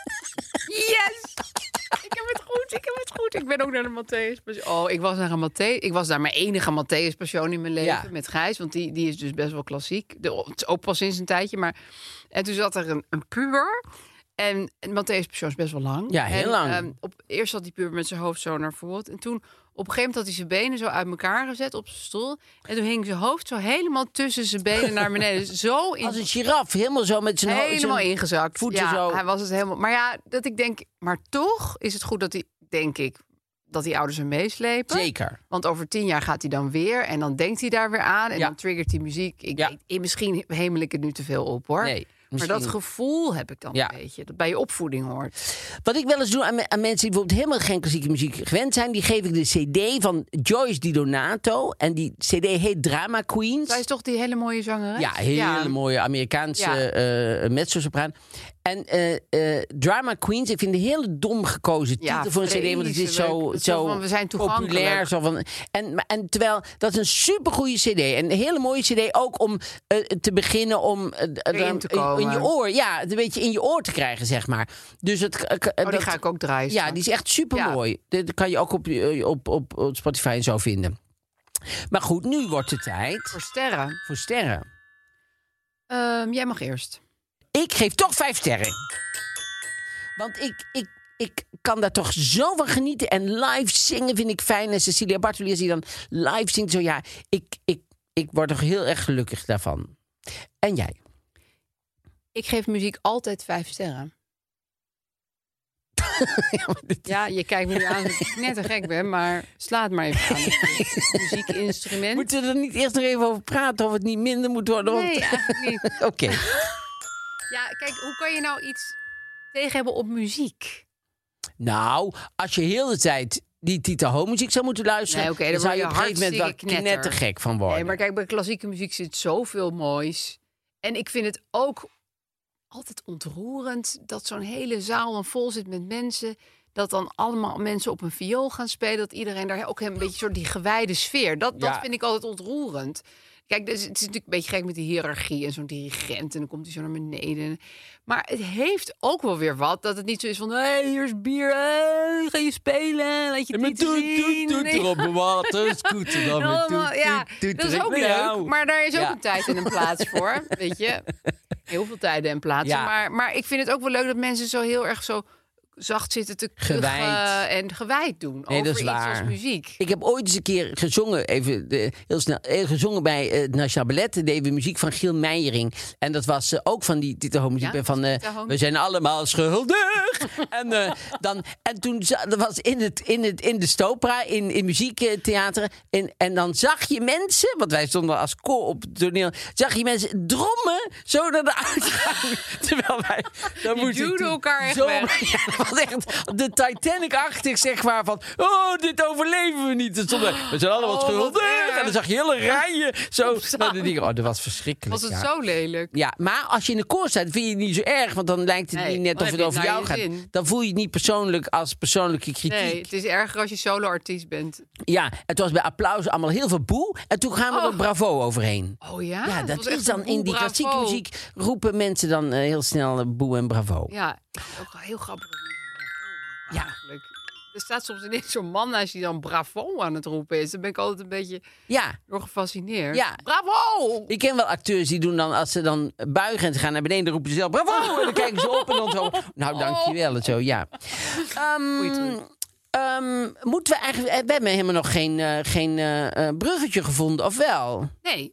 Yes! Ik heb het goed. Ik ben ook naar de Matthäus Passion. Oh, ik was daar mijn enige Matthäus Passion in mijn leven met Gijs. Want die is dus best wel klassiek. Het is ook pas sinds een tijdje. En toen zat er een puber... En Matthäus Passion is best wel lang. Ja, heel lang. Eerst zat die puber met zijn hoofd zo naar voren. En toen, op een gegeven moment had hij zijn benen zo uit elkaar gezet op zijn stoel. En toen hing zijn hoofd zo helemaal tussen zijn benen naar beneden. Dus zo Als een giraf, helemaal zo met zijn helemaal ingezakt. voeten ja, zo. hij was het helemaal. Maar ja, dat ik denk, maar toch is het goed dat hij, denk ik, dat die ouders hem meeslepen. Zeker. Want over 10 jaar gaat hij dan weer en dan denkt hij daar weer aan en Ja. dan triggert die muziek. Misschien hemel ik het nu te veel op, hoor. Nee. Maar dat gevoel heb ik dan Ja. een beetje. Dat bij je opvoeding hoort. Wat ik wel eens doe aan mensen die bijvoorbeeld helemaal geen klassieke muziek gewend zijn, die geef ik de CD van Joyce Di Donato. En die CD heet Drama Queens. Zij is toch die hele mooie zangeres? Ja, hele mooie Amerikaanse mezzosopraan. En Drama Queens, ik vind een hele dom gekozen titel voor een CD, want het is zo van, we zijn toegankelijk. populair. Zo van, en terwijl, dat is een supergoeie CD. En een hele mooie CD ook om te beginnen om Erin te komen. in je oor, ja, een beetje in je oor te krijgen, zeg maar. Dus die ga ik ook draaien. Ja, die is echt super mooi. Dat kan je ook op Spotify en zo vinden. Maar goed, nu wordt het tijd Voor sterren. Jij mag eerst. Ik geef toch 5 sterren. Want ik kan daar toch zo van genieten. En live zingen vind ik fijn. En Cecilia Bartoli, die dan live zingt. Zo ja, ik word toch heel erg gelukkig daarvan. En jij? Ik geef muziek altijd 5 sterren. Ja, je kijkt me nu aan dat ik net een gek ben, maar slaat maar even aan. Muziekinstrument. Moeten we er niet eerst nog even over praten of het niet minder moet worden? Nee, eigenlijk niet. Oké. Ja, kijk, hoe kan je nou iets tegen hebben op muziek? Nou, als je heel de tijd die Tita Ho muziek zou moeten luisteren, Nee, oké, dan dan zou je word op je een gegeven moment wel hartstikke knettergek van worden. Nee, maar kijk, bij klassieke muziek zit zoveel moois. En ik vind het ook altijd ontroerend dat zo'n hele zaal dan vol zit met mensen. Dat dan allemaal mensen op een viool gaan spelen. Dat iedereen daar ook een beetje soort die gewijde sfeer. Dat vind ik altijd ontroerend. Kijk, dus het is natuurlijk een beetje gek met die hiërarchie en zo'n dirigent. En dan komt hij zo naar beneden. Maar het heeft ook wel weer wat. Dat het niet zo is van, hey, hier is bier. Hey, ga je spelen? Laat je het niet zien. Toet erop, water, scooter dan weer. Allemaal, ja, dat is ook leuk. Maar daar is ook een tijd en een plaats voor. Weet je? Heel veel tijden en plaatsen. Ja. Maar ik vind het ook wel leuk dat mensen zo heel erg zo zacht zitten te kuchen en gewijd doen over dat is iets waar. als muziek. Ik heb ooit eens een keer gezongen, heel snel, gezongen bij het Nationaal Ballet. Daar deden we muziek van Giel Meijering. En dat was ook van die Tita Ho muziek. Ja, Van Tita Ho. we zijn allemaal schuldig. en toen dat was in de Stopra, in muziektheater. En dan zag je mensen, want wij stonden als koor op het toneel, zag je mensen drommen zo naar de uitgang. Terwijl wij dan Die duwden elkaar echt weg. Ja, dat was echt de Titanic-achtig, zeg maar, van dit overleven we niet. We zijn allemaal schuldig. En dan zag je hele rijen zo naar de dingen. Dat was verschrikkelijk. Was het zo lelijk? Ja, maar als je in de koor staat, vind je het niet zo erg. Want dan lijkt het niet net dan of heb het je over het jou naar je gaat. zin. Dan voel je het niet persoonlijk als persoonlijke kritiek. Nee, het is erger als je solo-artiest bent. Ja, het was bij applaus allemaal heel veel boe. En toen gaan we er bravo overheen. Oh ja? Ja, was dat echt is dan een in die boel klassieke bravo. muziek roepen mensen dan heel snel boe en bravo. Ja, ook heel grappig. dat mensen bravo roepen, Ja. eigenlijk. Er staat soms ineens zo'n man naast die dan bravo aan het roepen is. Dan ben ik altijd een beetje Ja. door gefascineerd. Ja. Bravo! Ik ken wel acteurs die doen dan, als ze dan buigen en ze gaan naar beneden, dan roepen ze zelf bravo! En dan kijken ze op en dan zo, nou dankjewel en zo, ja. Goeie truc. Moeten we eigenlijk, we hebben helemaal nog geen bruggetje gevonden, of wel? Nee.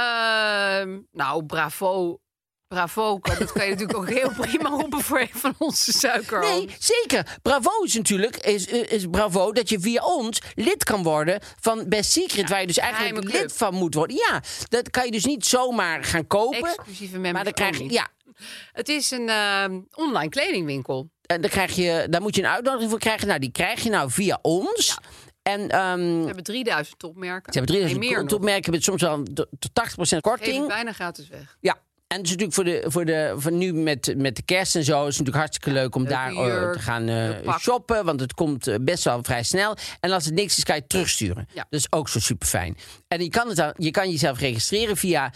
Nou, bravo. Bravo, dat kan je natuurlijk ook heel prima roepen voor een van onze suikerhoogs. Nee, zeker. Bravo is natuurlijk, is bravo dat je via ons lid kan worden van Best Secret, waar je dus eigenlijk geheime club. lid van moet worden. Ja, dat kan je dus niet zomaar gaan kopen. Exclusieve members Maar dan krijg je, only. ja, Het is een online kledingwinkel. en daar moet je een uitnodiging voor krijgen. Nou, die krijg je nou via ons. Ja. En We hebben 3000 topmerken. ze hebben 3000 meer nog. topmerken met soms wel tot 80% Geef het korting. bijna gratis weg. Ja. En het is natuurlijk voor nu met de kerst en zo is het natuurlijk hartstikke leuk om leuke daar jurk, te gaan leuk pak. shoppen. Want het komt best wel vrij snel. En als het niks is, kan je het terugsturen. Ja. Dat is ook zo super fijn. En je kan jezelf registreren via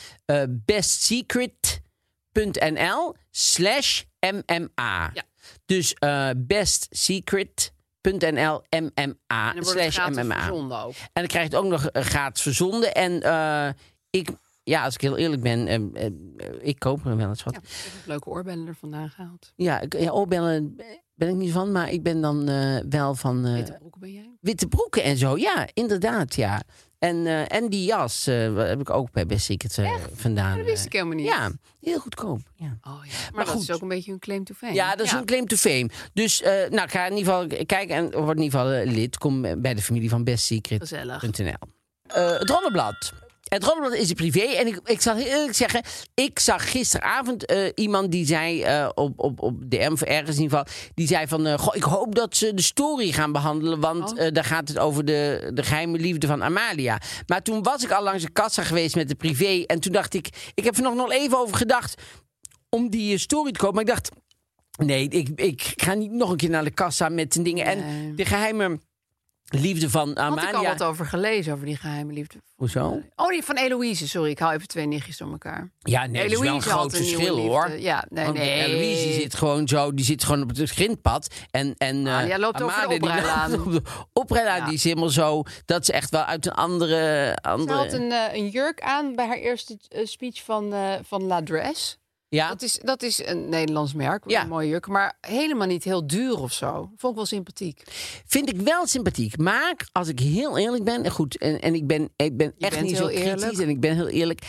bestsecret.nl/MMA. Ja. Dus bestsecret.nl MMA En dan wordt het gratis /MMA. verzonden ook. En dan krijg je het ook nog gratis verzonden. En als ik heel eerlijk ben, ik koop er wel eens wat. Ja, ik heb leuke oorbellen er vandaan gehaald. Oorbellen ben ik niet van, maar ik ben dan wel van Witte broeken ben jij? witte broeken en zo. Ja, inderdaad, ja. En die jas heb ik ook bij Best Secret vandaan. Dat wist ik helemaal niet. Ja, heel goedkoop. Ja. Oh, ja. Maar dat goed. is ook een beetje een claim to fame. Ja, dat is een claim to fame. Dus ik ga in ieder geval kijken en word in ieder geval lid. Kom bij de familie van bestsecret.nl. Gezellig. Het Roddelblad. Het Roddelblad is een privé. En ik zal heel eerlijk zeggen, ik zag gisteravond iemand die zei op DM of ergens in ieder geval, die zei van, ik hoop dat ze de story gaan behandelen, want daar gaat het over de geheime liefde van Amalia. Maar toen was ik al langs de kassa geweest met de privé en toen dacht ik heb er nog even over gedacht om die story te kopen. Maar ik dacht, nee, ik ga niet nog een keer naar de kassa met de dingen. En de geheime liefde van Amalia. Had ik al wat over gelezen, over die geheime liefde. Hoezo? Oh, die van Eloïse. Sorry, ik hou even 2 nichtjes door elkaar. Ja, nee, dat is wel een groot verschil, hoor. Ja, Want Eloïse zit gewoon zo, die zit gewoon op het grindpad. En jij loopt over de oprijlaan. Op de oprijlaan, die is helemaal zo, dat ze echt wel uit een andere... Ze had een jurk aan bij haar eerste speech van L'Adresse. Ja. Dat is een Nederlands merk, een mooie jurk, maar helemaal niet heel duur of zo. Vond ik wel sympathiek. Vind ik wel sympathiek, maar als ik heel eerlijk ben, goed, en ik ben echt niet zo kritisch en ik ben heel eerlijk.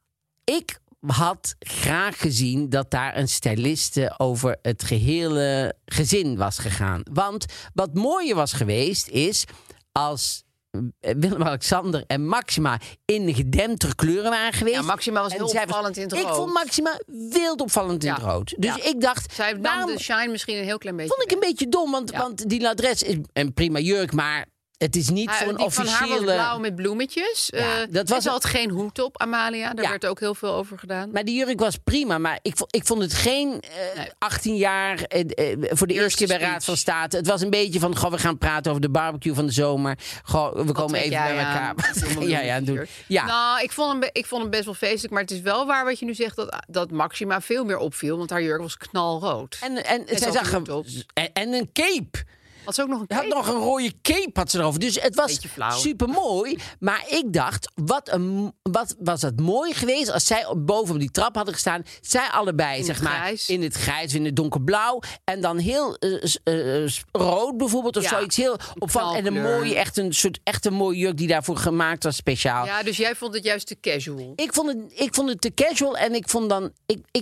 Ik had graag gezien dat daar een styliste over het gehele gezin was gegaan. Want wat mooier was geweest is als Willem-Alexander en Maxima in de gedemptere kleuren waren geweest. Ja, Maxima was heel opvallend in het rood. Ik vond Maxima wild opvallend in het rood. Dus ik dacht... Zij nam de shine misschien een heel klein beetje. Vond ik een beetje dom, want die L'Adresse is een prima jurk, maar het is niet voor een officiële... Van haar was blauw met bloemetjes. Dat was ze had geen hoed op, Amalia. Daar werd ook heel veel over gedaan. Maar die jurk was prima. Maar ik vond het geen 18 jaar voor de eerste keer bij Raad van State. Het was een beetje van, we gaan praten over de barbecue van de zomer. We komen even bij elkaar. Doen. Ja. Nou, ik vond hem best wel feestelijk. Maar het is wel waar wat je nu zegt, dat Maxima veel meer opviel. Want haar jurk was knalrood. En zij zag en een cape. Had ze ook nog een cape? Had nog een rode cape had ze erover. Dus het was super mooi. Maar ik dacht, wat was het mooi geweest als zij boven op die trap hadden gestaan. Zij allebei, in het grijs, in het donkerblauw. En dan heel rood bijvoorbeeld of zoiets heel opvallend. En een mooie, echt een mooie jurk die daarvoor gemaakt was, speciaal. Ja, dus jij vond het juist te casual. Ik vond het te casual en ik vond dan...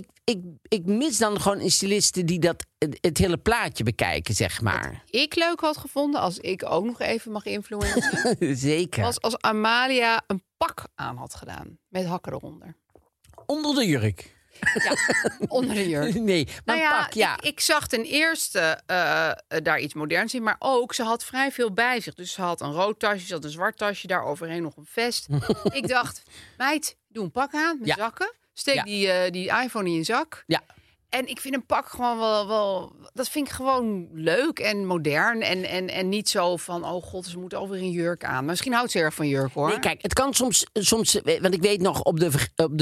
Ik mis dan gewoon een styliste die het hele plaatje bekijken, zeg maar. Wat ik leuk had gevonden, als ik ook nog even mag influencen. Zeker. Was als Amalia een pak aan had gedaan. Met hakken eronder. Onder de jurk. Ja, onder de jurk. Nee, maar een pak, ja. Ik zag ten eerste daar iets moderns in. Maar ook, ze had vrij veel bij zich. Dus ze had een rood tasje, ze had een zwart tasje. Daar overheen nog een vest. Ik dacht, meid, doe een pak aan met zakken. Steek die iPhone in je zak. Ja. En ik vind een pak gewoon wel... Dat vind ik gewoon leuk en modern. En niet zo van, oh god, ze moeten alweer een jurk aan. Maar misschien houdt ze erg van jurk, hoor. Nee, kijk, het kan soms... Want ik weet nog, op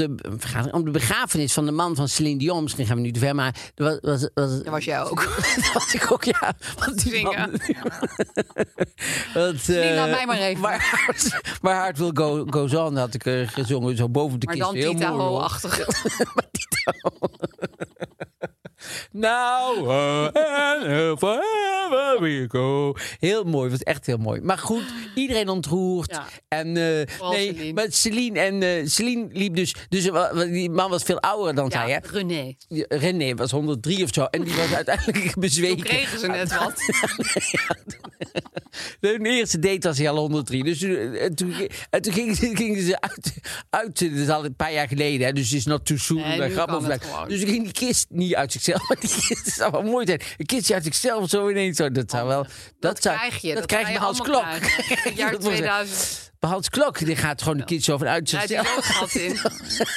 de begrafenis van de man van Celine Dion... Misschien gaan we nu te ver, maar... Dat was jij ook. Dat was ik ook, ja. Zingen. Celine, laat mij maar even. My Heart Will Goes On had ik gezongen. Zo boven de kist. Maar dan Tita Ho-achtig. Now and forever we go. Heel mooi, was echt heel mooi. Maar goed, iedereen ontroerd. Ja. En Celine. Maar Celine liep dus die man was veel ouder dan zij, hè? René was 103 of zo. En die was uiteindelijk bezweken. Toen kregen ze net wat. De eerste date was hij al 103. Dus toen gingen ze uit. Dat is al een paar jaar geleden. Hè, dus het is not too soon. Dus ging die kist niet uit zichzelf. Maar die kist zou wel mooi zijn. Een kistje uit zichzelf zo ineens. Dat zou wel... Dat krijg je. Dat krijg je bij Hans Klok. Het jaar 2000. Bij Hans Klok, die gaat gewoon de kist zo vanuit zichzelf. Ja, die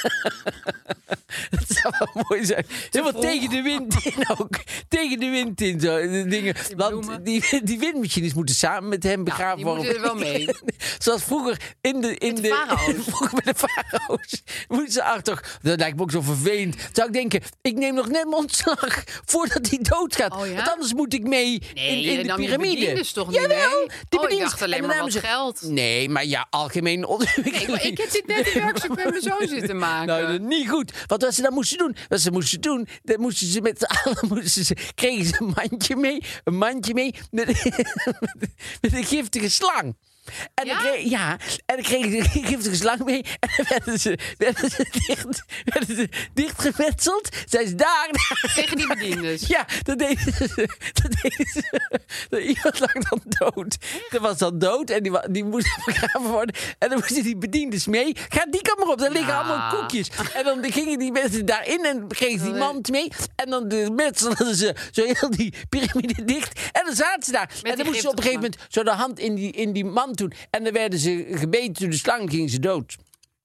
dat zou wel mooi zijn. Helemaal tegen de wind in ook. Tegen de wind in zo. De dingen. Want die windmachines moeten samen met hem begraven worden. Die moeten er wel mee. Zoals vroeger vroeger bij de farao's. Moeten ze achter. Dat lijkt me ook zo vervelend. Zou ik denken, ik neem nog net mijn ontslag voordat hij doodgaat. Oh, ja? Want anders moet ik mee in de piramide. Nee, toch niet mee? Ik dacht alleen maar wat geld. Nee, maar ja, algemeen ontwikkeling. Nee, maar ik heb dit net in workshop met mijn zoon zitten maken. Nou, niet goed. Want wat ze dan moesten doen, dan moesten ze met z'n allen, kregen ze een mandje mee met een giftige slang. En Ja? dan kreeg ik een giftige slang mee. En dan werden ze dichtgemetseld. Zijn ze daar. Tegen die bediendes. Ja, dat deden ze. Iemand lag dan dood. Dat was dan dood en die moest begraven worden. En dan moesten die bediendes mee. Ga die kant maar op, daar liggen allemaal koekjes. En dan gingen die mensen daarin en kregen ze die mand mee. En dan metselden ze zo heel die piramide dicht. En dan zaten ze daar. En dan moesten ze op een gegeven moment zo de hand in die mand doen. En dan werden ze gebeten door de slang, gingen ze dood.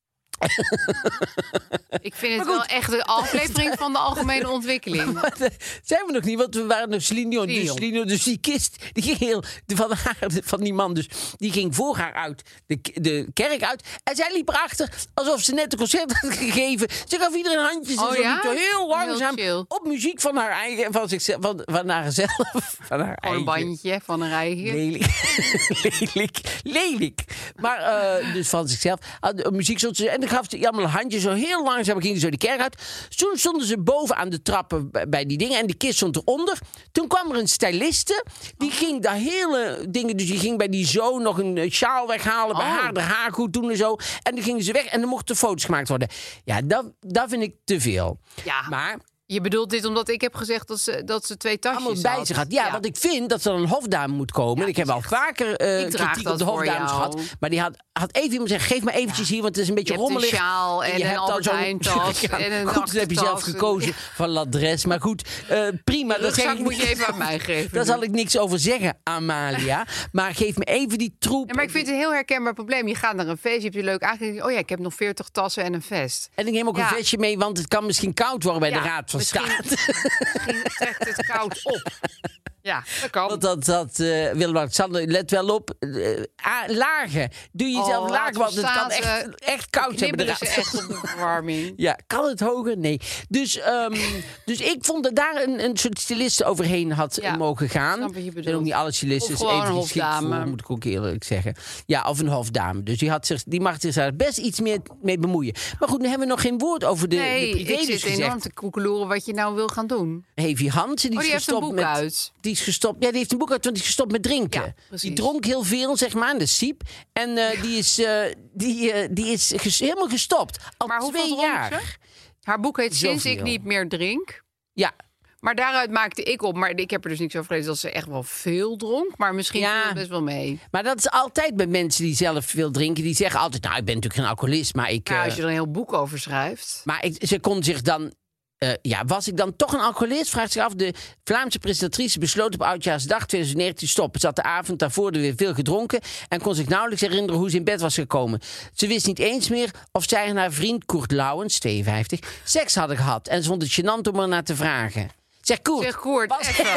Ik vind het wel echt de aflevering van de algemene ontwikkeling. Maar zijn we nog niet, want we waren nog Celine Dion. Dus Celine Dion, dus die kist, die ging heel van die man, dus die ging voor haar uit de kerk uit. En zij liep erachter alsof ze net een concert had gegeven. Ze gaf iedereen handjes en zo liep zo heel langzaam heel op muziek van haar eigen, van zichzelf, van haarzelf, van haar eigen. Een bandje van een rijtje. Lelijk. Maar dus van zichzelf. Muziek stond ze. En dan gaf ze allemaal handjes. Zo heel langzaam gingen ze zo die kerk uit. Toen stonden ze boven aan de trappen bij die dingen. En die kist stond eronder. Toen kwam er een styliste. Die ging daar hele dingen. Dus die ging bij die zoon nog een sjaal weghalen. Bij haar de haar goed doen en zo. En dan gingen ze weg. En dan mochten foto's gemaakt worden. Ja, dat vind ik te veel. Ja. Maar Je bedoelt dit omdat ik heb gezegd dat ze 2 tasjes allemaal bij zich had. Ja, want ik vind dat er een hofdame moet komen. Ja, ik heb al vaker kritiek op de hofdames gehad. Maar die had even iemand zeggen, geef me eventjes hier, want het is een beetje rommelig. Je hebt een sjaal en een Albert Heijn tas en een goed, dat heb je zelf gekozen van l'adres. Maar goed, prima. Dat rugzak moet je even aan mij geven. Daar zal ik niks over zeggen, Amalia. Maar geef me even die troep. Ja, maar ik vind het een heel herkenbaar probleem. Je gaat naar een feest, je hebt je leuk aangekleed. Oh ja, ik heb nog 40 tassen en een vest. En ik neem ook een vestje mee, want het kan misschien koud worden bij de Raad van State. Misschien trekt het koud op. Ja, dat kan. Want Willem-Alexander, let wel op. Lagen. Doe jezelf lagen, want het kan echt koud hebben. Knibbelen ze echt op de verwarming. Ja, kan het hoger? Nee. Dus ik vond dat daar een soort styliste overheen had mogen gaan. Snap wat je bedoelt. En ook niet alle stylistes Of gewoon even een geschikt hofdame. voor, moet ik ook eerlijk zeggen. Ja, of een hofdame. Dus die mag zich daar best iets meer mee bemoeien. Maar goed, nu hebben we nog geen woord over de privé. Ik zit gezegd. enorm te koekeloeren wat je nou wil gaan doen. Hevi Hansen, die is die heeft een gestopt boek met... uit. Die is gestopt. Ja, die heeft een boek uit, want die is gestopt met drinken. Ja, precies. Die dronk heel veel, zeg maar, de siep. En die is helemaal gestopt. Al Maar hoeveel 2 dronk jaar. ze? Haar boek heet Sinds ik Zoveel. niet meer drink. Ja. Maar daaruit maakte ik op, maar ik heb er dus niks over gelezen dat ze echt wel veel dronk. Maar misschien viel het best wel mee. Maar dat is altijd bij mensen die zelf veel drinken. Die zeggen altijd, nou, ik ben natuurlijk geen alcoholist, maar ik... Nou, als je er een heel boek over schrijft. Maar ze kon zich dan... was ik dan toch een alcoholist? Vraagt zich af. De Vlaamse presentatrice besloot op Oudjaarsdag 2019 te stoppen. Ze had de avond daarvoor weer veel gedronken en kon zich nauwelijks herinneren hoe ze in bed was gekomen. Ze wist niet eens meer of zij en haar vriend Koert Lauwens, 52, seks hadden gehad. En ze vond het gênant om er naar te vragen. Zeg Koert,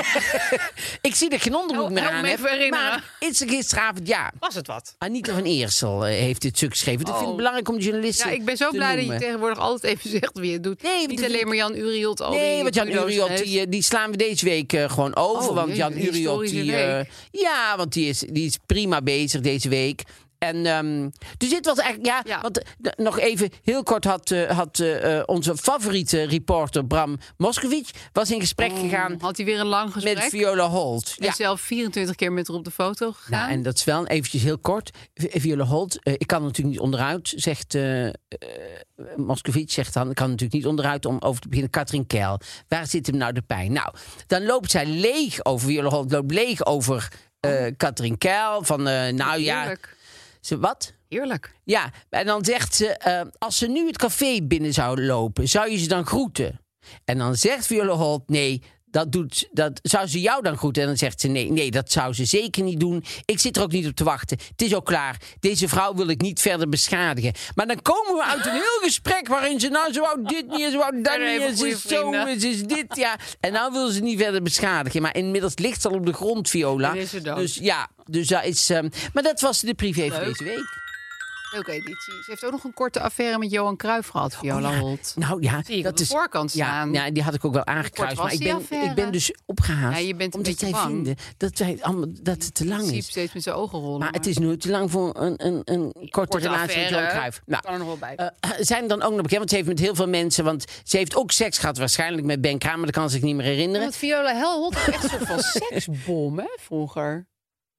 ik zie dat geen onderbroek meer aan hebt, maar is er gisteravond Was het wat? Anita van Eersel heeft dit stuk geschreven. Ik vind het belangrijk om de journalisten Ja, ik ben zo te blij dat noemen. je tegenwoordig altijd even zegt wie het doet. Nee, Niet alleen maar Jan Uriot. Nee, want Jan Uriot, die slaan we deze week gewoon over. Want Jan Uriot, ja, want die is prima bezig deze week. En dus dit was eigenlijk, want nog even heel kort had onze favoriete reporter Bram Moskowitz was in gesprek gegaan. Had hij weer een lang gesprek? Met Viola Holt. En zelf 24 keer met haar op de foto gegaan. Nou, en dat is wel eventjes heel kort. Viola Holt, ik kan er natuurlijk niet onderuit, zegt Moskowitz, zegt dan, ik kan er natuurlijk niet onderuit om over te beginnen. Katrien Keil, waar zit hem nou de pijn? Nou, dan loopt zij leeg over, Viola Holt loopt leeg over Katrien Keil. Van, Heerlijk. Wat? Heerlijk. Ja, en dan zegt ze, als ze nu het café binnen zou lopen, zou je ze dan groeten? En dan zegt Viola Holt, nee, dat zou ze jou dan groeten? En dan zegt ze, nee, dat zou ze zeker niet doen. Ik zit er ook niet op te wachten. Het is ook klaar. Deze vrouw wil ik niet verder beschadigen. Maar dan komen we uit een heel gesprek waarin ze, nou, ze wou dit niet, ze wou dat niet, ze is zo, ze is dit, ja. En nou wil ze niet verder beschadigen. Maar inmiddels ligt ze al op de grond, Viola. En is ze dood. Dus dat is... maar dat was de privé van deze week. Leuke editie. Ze heeft ook nog een korte affaire met Johan Cruijff gehad, Viola Holt. Nou ja, Zie ik op de voorkant staan. Ja, die had ik ook wel aangekruist. was Maar die affaire? ik ben dus opgehaald. Ja, je bent een omdat beetje zij bang. vinden dat het te lang Siep is. steeds met zijn ogen rollen. Maar het is nooit te lang voor een korte relatie met affaire. Johan Cruijff. Nou, Kan er nog wel bij. zijn er dan ook nog bekend? Want ze heeft met heel veel mensen... Want ze heeft ook seks gehad waarschijnlijk met Ben Kramer. Dat kan ze zich niet meer herinneren. Want Viola Holt was echt een soort van seksbom, hè, vroeger.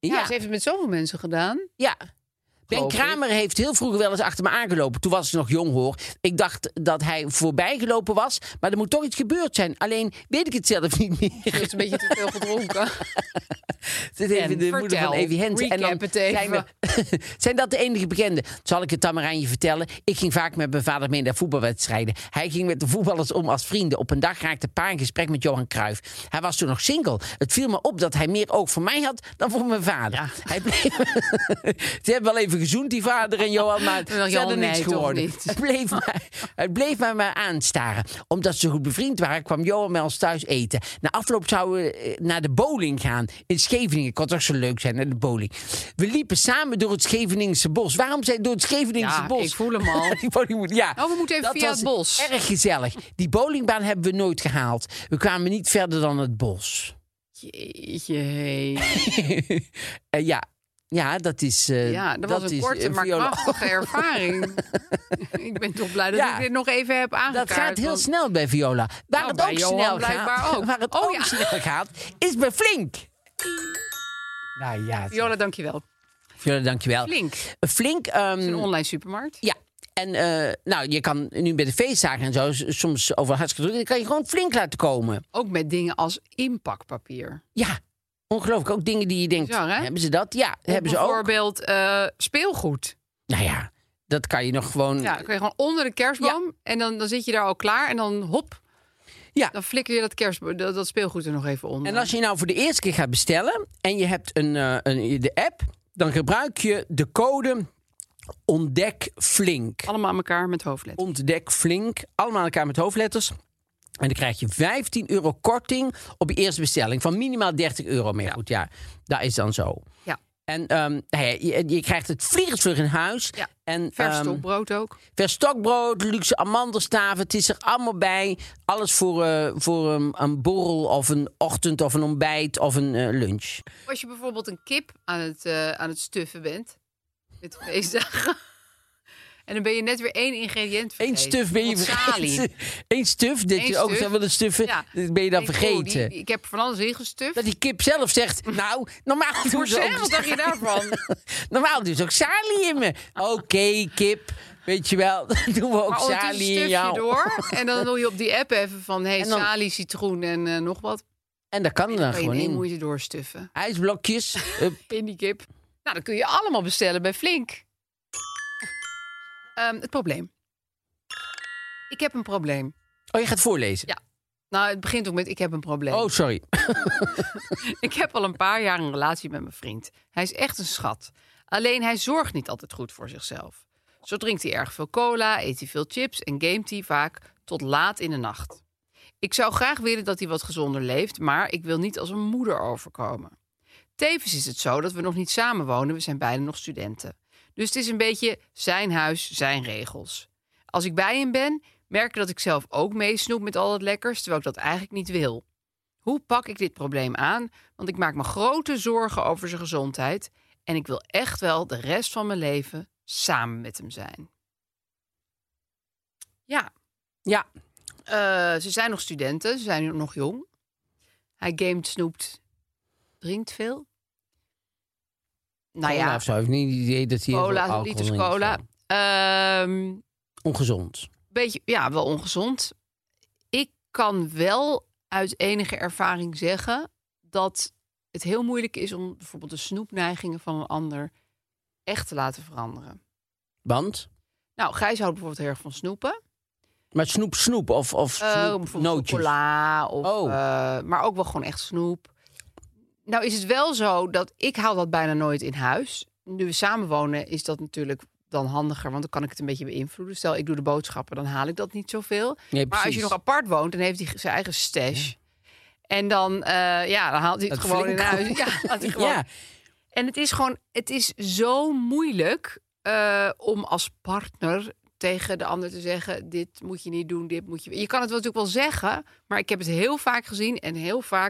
Ja. Ze heeft het met zoveel mensen gedaan. Ja. Ben Geloof ik. Kramer heeft heel vroeger wel eens achter me aangelopen. Toen was ik nog jong, hoor. Ik dacht dat hij voorbij gelopen was. Maar er moet toch iets gebeurd zijn. Alleen weet ik het zelf niet meer. Ze heeft een beetje te veel gedronken. Het is even de moeder van Evie Hensen. Recap het even. Zijn dat de enige bekenden? Zal ik het dan maar aan je vertellen? Ik ging vaak met mijn vader mee naar voetbalwedstrijden. Hij ging met de voetballers om als vrienden. Op een dag raakte pa in gesprek met Johan Cruijff. Hij was toen nog single. Het viel me op dat hij meer oog voor mij had dan voor mijn vader. Ja. Hij bleef... Ze hebben wel even gezoend, die vader en Johan, maar het is Johan, verder niks nee, toch geworden. niet. Hij bleef maar aanstaren. Omdat ze goed bevriend waren, kwam Johan bij ons thuis eten. Na afloop zouden we naar de bowling gaan in Scheveningen. Het kon toch zo leuk zijn, naar de bowling. We liepen samen door het Scheveningse bos. Waarom zei door het Scheveningse bos? Ik voel hem al. Die bowling, ja. Oh, we moeten even Dat via was het bos. Erg gezellig. Die bowlingbaan hebben we nooit gehaald. We kwamen niet verder dan het bos. Jeetje, hey. Ja, dat is... Dat was een korte, maar krachtige ervaring. Ik ben toch blij dat Ja. ik dit nog even heb aangekaart. Dat gaat heel want- snel bij Viola. Waar het bij ook Johan snel blijkbaar gaat, ook. waar het Oh, ook ja. snel gaat, is bij Flink. Nou ja, Viola, dankjewel. Viola, dankjewel. Flink. Flink. Een online supermarkt. Ja. En je kan nu bij de feestdagen en zo soms over hartstikke druk. Dan kan je gewoon Flink laten komen. Ook met dingen als inpakpapier. Ja, ongelooflijk. Ook dingen die je denkt, Bizar, hè? hebben ze dat? Ja, hebben ze ook. Bijvoorbeeld speelgoed. Nou ja, dat kan je nog gewoon... Ja, dan kun je gewoon onder de kerstboom. En dan zit je daar al klaar. En dan hop. Ja. Dan flikker je dat speelgoed er nog even onder. En als je nou voor de eerste keer gaat bestellen en je hebt de app, dan gebruik je de code Ontdek Flink. Allemaal aan elkaar met hoofdletters. Ontdek Flink. Allemaal aan elkaar met hoofdletters. En dan krijg je €15 korting op je eerste bestelling. Van minimaal €30 meer. Ja. Goed, ja. Dat is dan zo. Ja. En je krijgt het vliegensvlug in huis. Ja. En, Vers stokbrood ook. vers stokbrood, luxe amandelstaven. Het is er allemaal bij. Alles voor een borrel of een ochtend of een ontbijt of een lunch. Als je bijvoorbeeld een kip aan het stuffen bent. Met feestdagen. En dan ben je net weer 1 ingrediënt vergeten. Eén stuf ben je Bijvoorbeeld salie. vergeten. Eén stuf, dat Eén je ook stuf. zou willen stuffen. Ja. Dat ben je dan Ik denk, oh, vergeten. ik heb van alles ingestuft. Dat die kip zelf zegt, nou, normaal doen ze Marcel, ook... wat dacht je daarvan? Normaal doen ze ook salie in me. Oké, kip, weet je wel, dan doen we ook Maar ondertussen salie in stuf je jou. door. En dan wil je op die app even van... Hey, En dan- salie, citroen en nog wat. En dat kan er dan Dan kan je gewoon in één in. moeite doorstuffen. IJsblokjes. In die kip. Nou, dan kun je allemaal bestellen bij Flink. Het probleem. Ik heb een probleem. Oh, je gaat voorlezen? Ja. Nou, het begint ook met ik heb een probleem. Oh, sorry. Ik heb al een paar jaar een relatie met mijn vriend. Hij is echt een schat. Alleen hij zorgt niet altijd goed voor zichzelf. Zo drinkt hij erg veel cola, eet hij veel chips en gamet hij vaak tot laat in de nacht. Ik zou graag willen dat hij wat gezonder leeft, maar ik wil niet als een moeder overkomen. Tevens is het zo dat we nog niet samenwonen, we zijn beiden nog studenten. Dus het is een beetje zijn huis, zijn regels. Als ik bij hem ben, merk ik dat ik zelf ook meesnoep met al het lekkers, terwijl ik dat eigenlijk niet wil. Hoe pak ik dit probleem aan? Want ik maak me grote zorgen over zijn gezondheid en ik wil echt wel de rest van mijn leven samen met hem zijn. Ja, Ja. ze zijn nog studenten, ze zijn nog jong. Hij gamet, snoept, drinkt veel. Nou Cola ja, of zo. Heeft niet het idee dat hij heel veel cola, alcohol liters drinkt of cola. zo. Ongezond. Beetje, ja, wel ongezond. Ik kan wel uit enige ervaring zeggen dat het heel moeilijk is om bijvoorbeeld de snoepneigingen van een ander echt te laten veranderen. Want? Nou, Gijs houdt bijvoorbeeld heel erg van snoepen. Maar snoep of Bijvoorbeeld nootjes. chocola, of, Oh. maar ook wel gewoon echt snoep. Nou is het wel zo dat ik haal dat bijna nooit in huis. Nu we samenwonen is dat natuurlijk dan handiger, want dan kan ik het een beetje beïnvloeden. Stel, ik doe de boodschappen, dan haal ik dat niet zoveel. Nee, Maar als precies. je nog apart woont, dan heeft hij zijn eigen stash. En dan, dan haalt hij het Dat gewoon in flink. huis. Ja, laat hij gewoon. Ja. En het is zo moeilijk om als partner tegen de ander te zeggen, dit moet je niet doen, dit moet je... Je kan het wel natuurlijk wel zeggen, maar ik heb het heel vaak gezien en heel vaak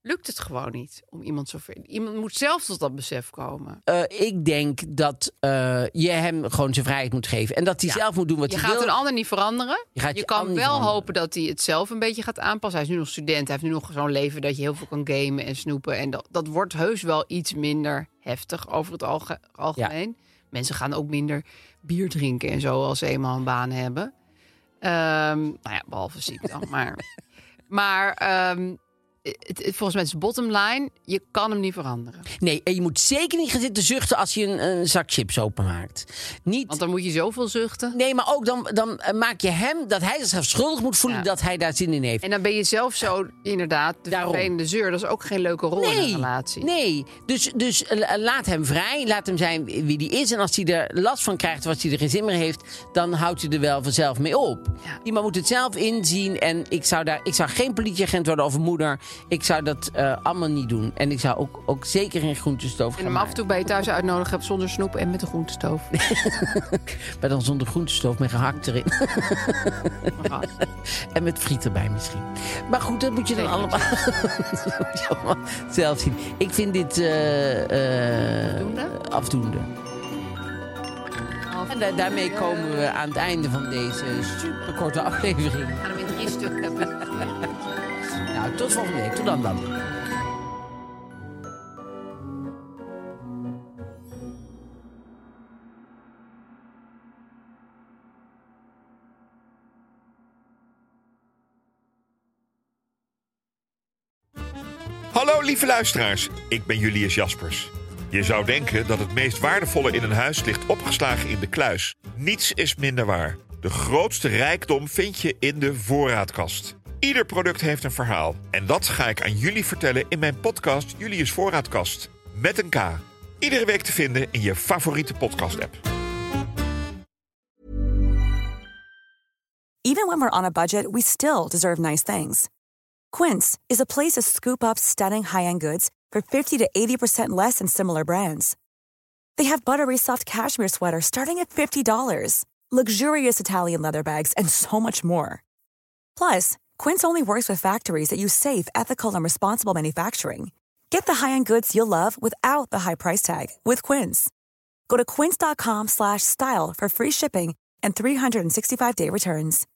lukt het gewoon niet om iemand zover... Iemand moet zelf tot dat besef komen. Ik denk dat je hem gewoon zijn vrijheid moet geven. En dat hij zelf moet doen wat hij wil. Je gaat een ander niet veranderen. Je kan wel hopen dat hij het zelf een beetje gaat aanpassen. Hij is nu nog student. Hij heeft nu nog zo'n leven dat je heel veel kan gamen en snoepen. En dat wordt heus wel iets minder heftig over het algemeen. Ja. Mensen gaan ook minder bier drinken en zo als ze eenmaal een baan hebben. Behalve ziek dan. Maar volgens mij is het bottom line, je kan hem niet veranderen. Nee, en je moet zeker niet gaan zitten zuchten als je een zak chips openmaakt. Niet... Want dan moet je zoveel zuchten. Nee, maar ook dan maak je hem dat hij zichzelf schuldig moet voelen dat hij daar zin in heeft. En dan ben je zelf zo inderdaad de vervelende zeur. Dat is ook geen leuke rol in een relatie. Nee, dus laat hem vrij. Laat hem zijn wie die is. En als hij er last van krijgt, of als hij er geen zin meer heeft, dan houdt hij er wel vanzelf mee op. Ja. Die man moet het zelf inzien. En ik zou geen politieagent worden of moeder. Ik zou dat allemaal niet doen. En ik zou ook zeker geen groentestoof gaan maken. En hem af en toe bij je thuis uitnodigen hebt zonder snoep en met een groentestoof. Maar dan zonder groentestoof met gehakt erin. En met friet erbij misschien. Maar goed, dat moet je dan allemaal zelf zien. Ik vind dit afdoende. En daarmee komen we aan het einde van deze superkorte aflevering. We gaan hem in 3 stukken. Nou, tot volgende week. Tot dan. Hallo lieve luisteraars, ik ben Julius Jaspers. Je zou denken dat het meest waardevolle in een huis ligt opgeslagen in de kluis. Niets is minder waar. De grootste rijkdom vind je in de voorraadkast. Ieder product heeft een verhaal. En dat ga ik aan jullie vertellen in mijn podcast Julius Voorraadkast. Met een K. Iedere week te vinden in je favoriete podcast-app. Even when we're on a budget, we still deserve nice things. Quince is a place to scoop up stunning high-end goods for 50 to 80% less than similar brands. They have buttery soft cashmere sweaters starting at $50, luxurious Italian leather bags, and so much more. Plus, Quince only works with factories that use safe, ethical, and responsible manufacturing. Get the high-end goods you'll love without the high price tag with Quince. Go to quince.com/style for free shipping and 365-day returns.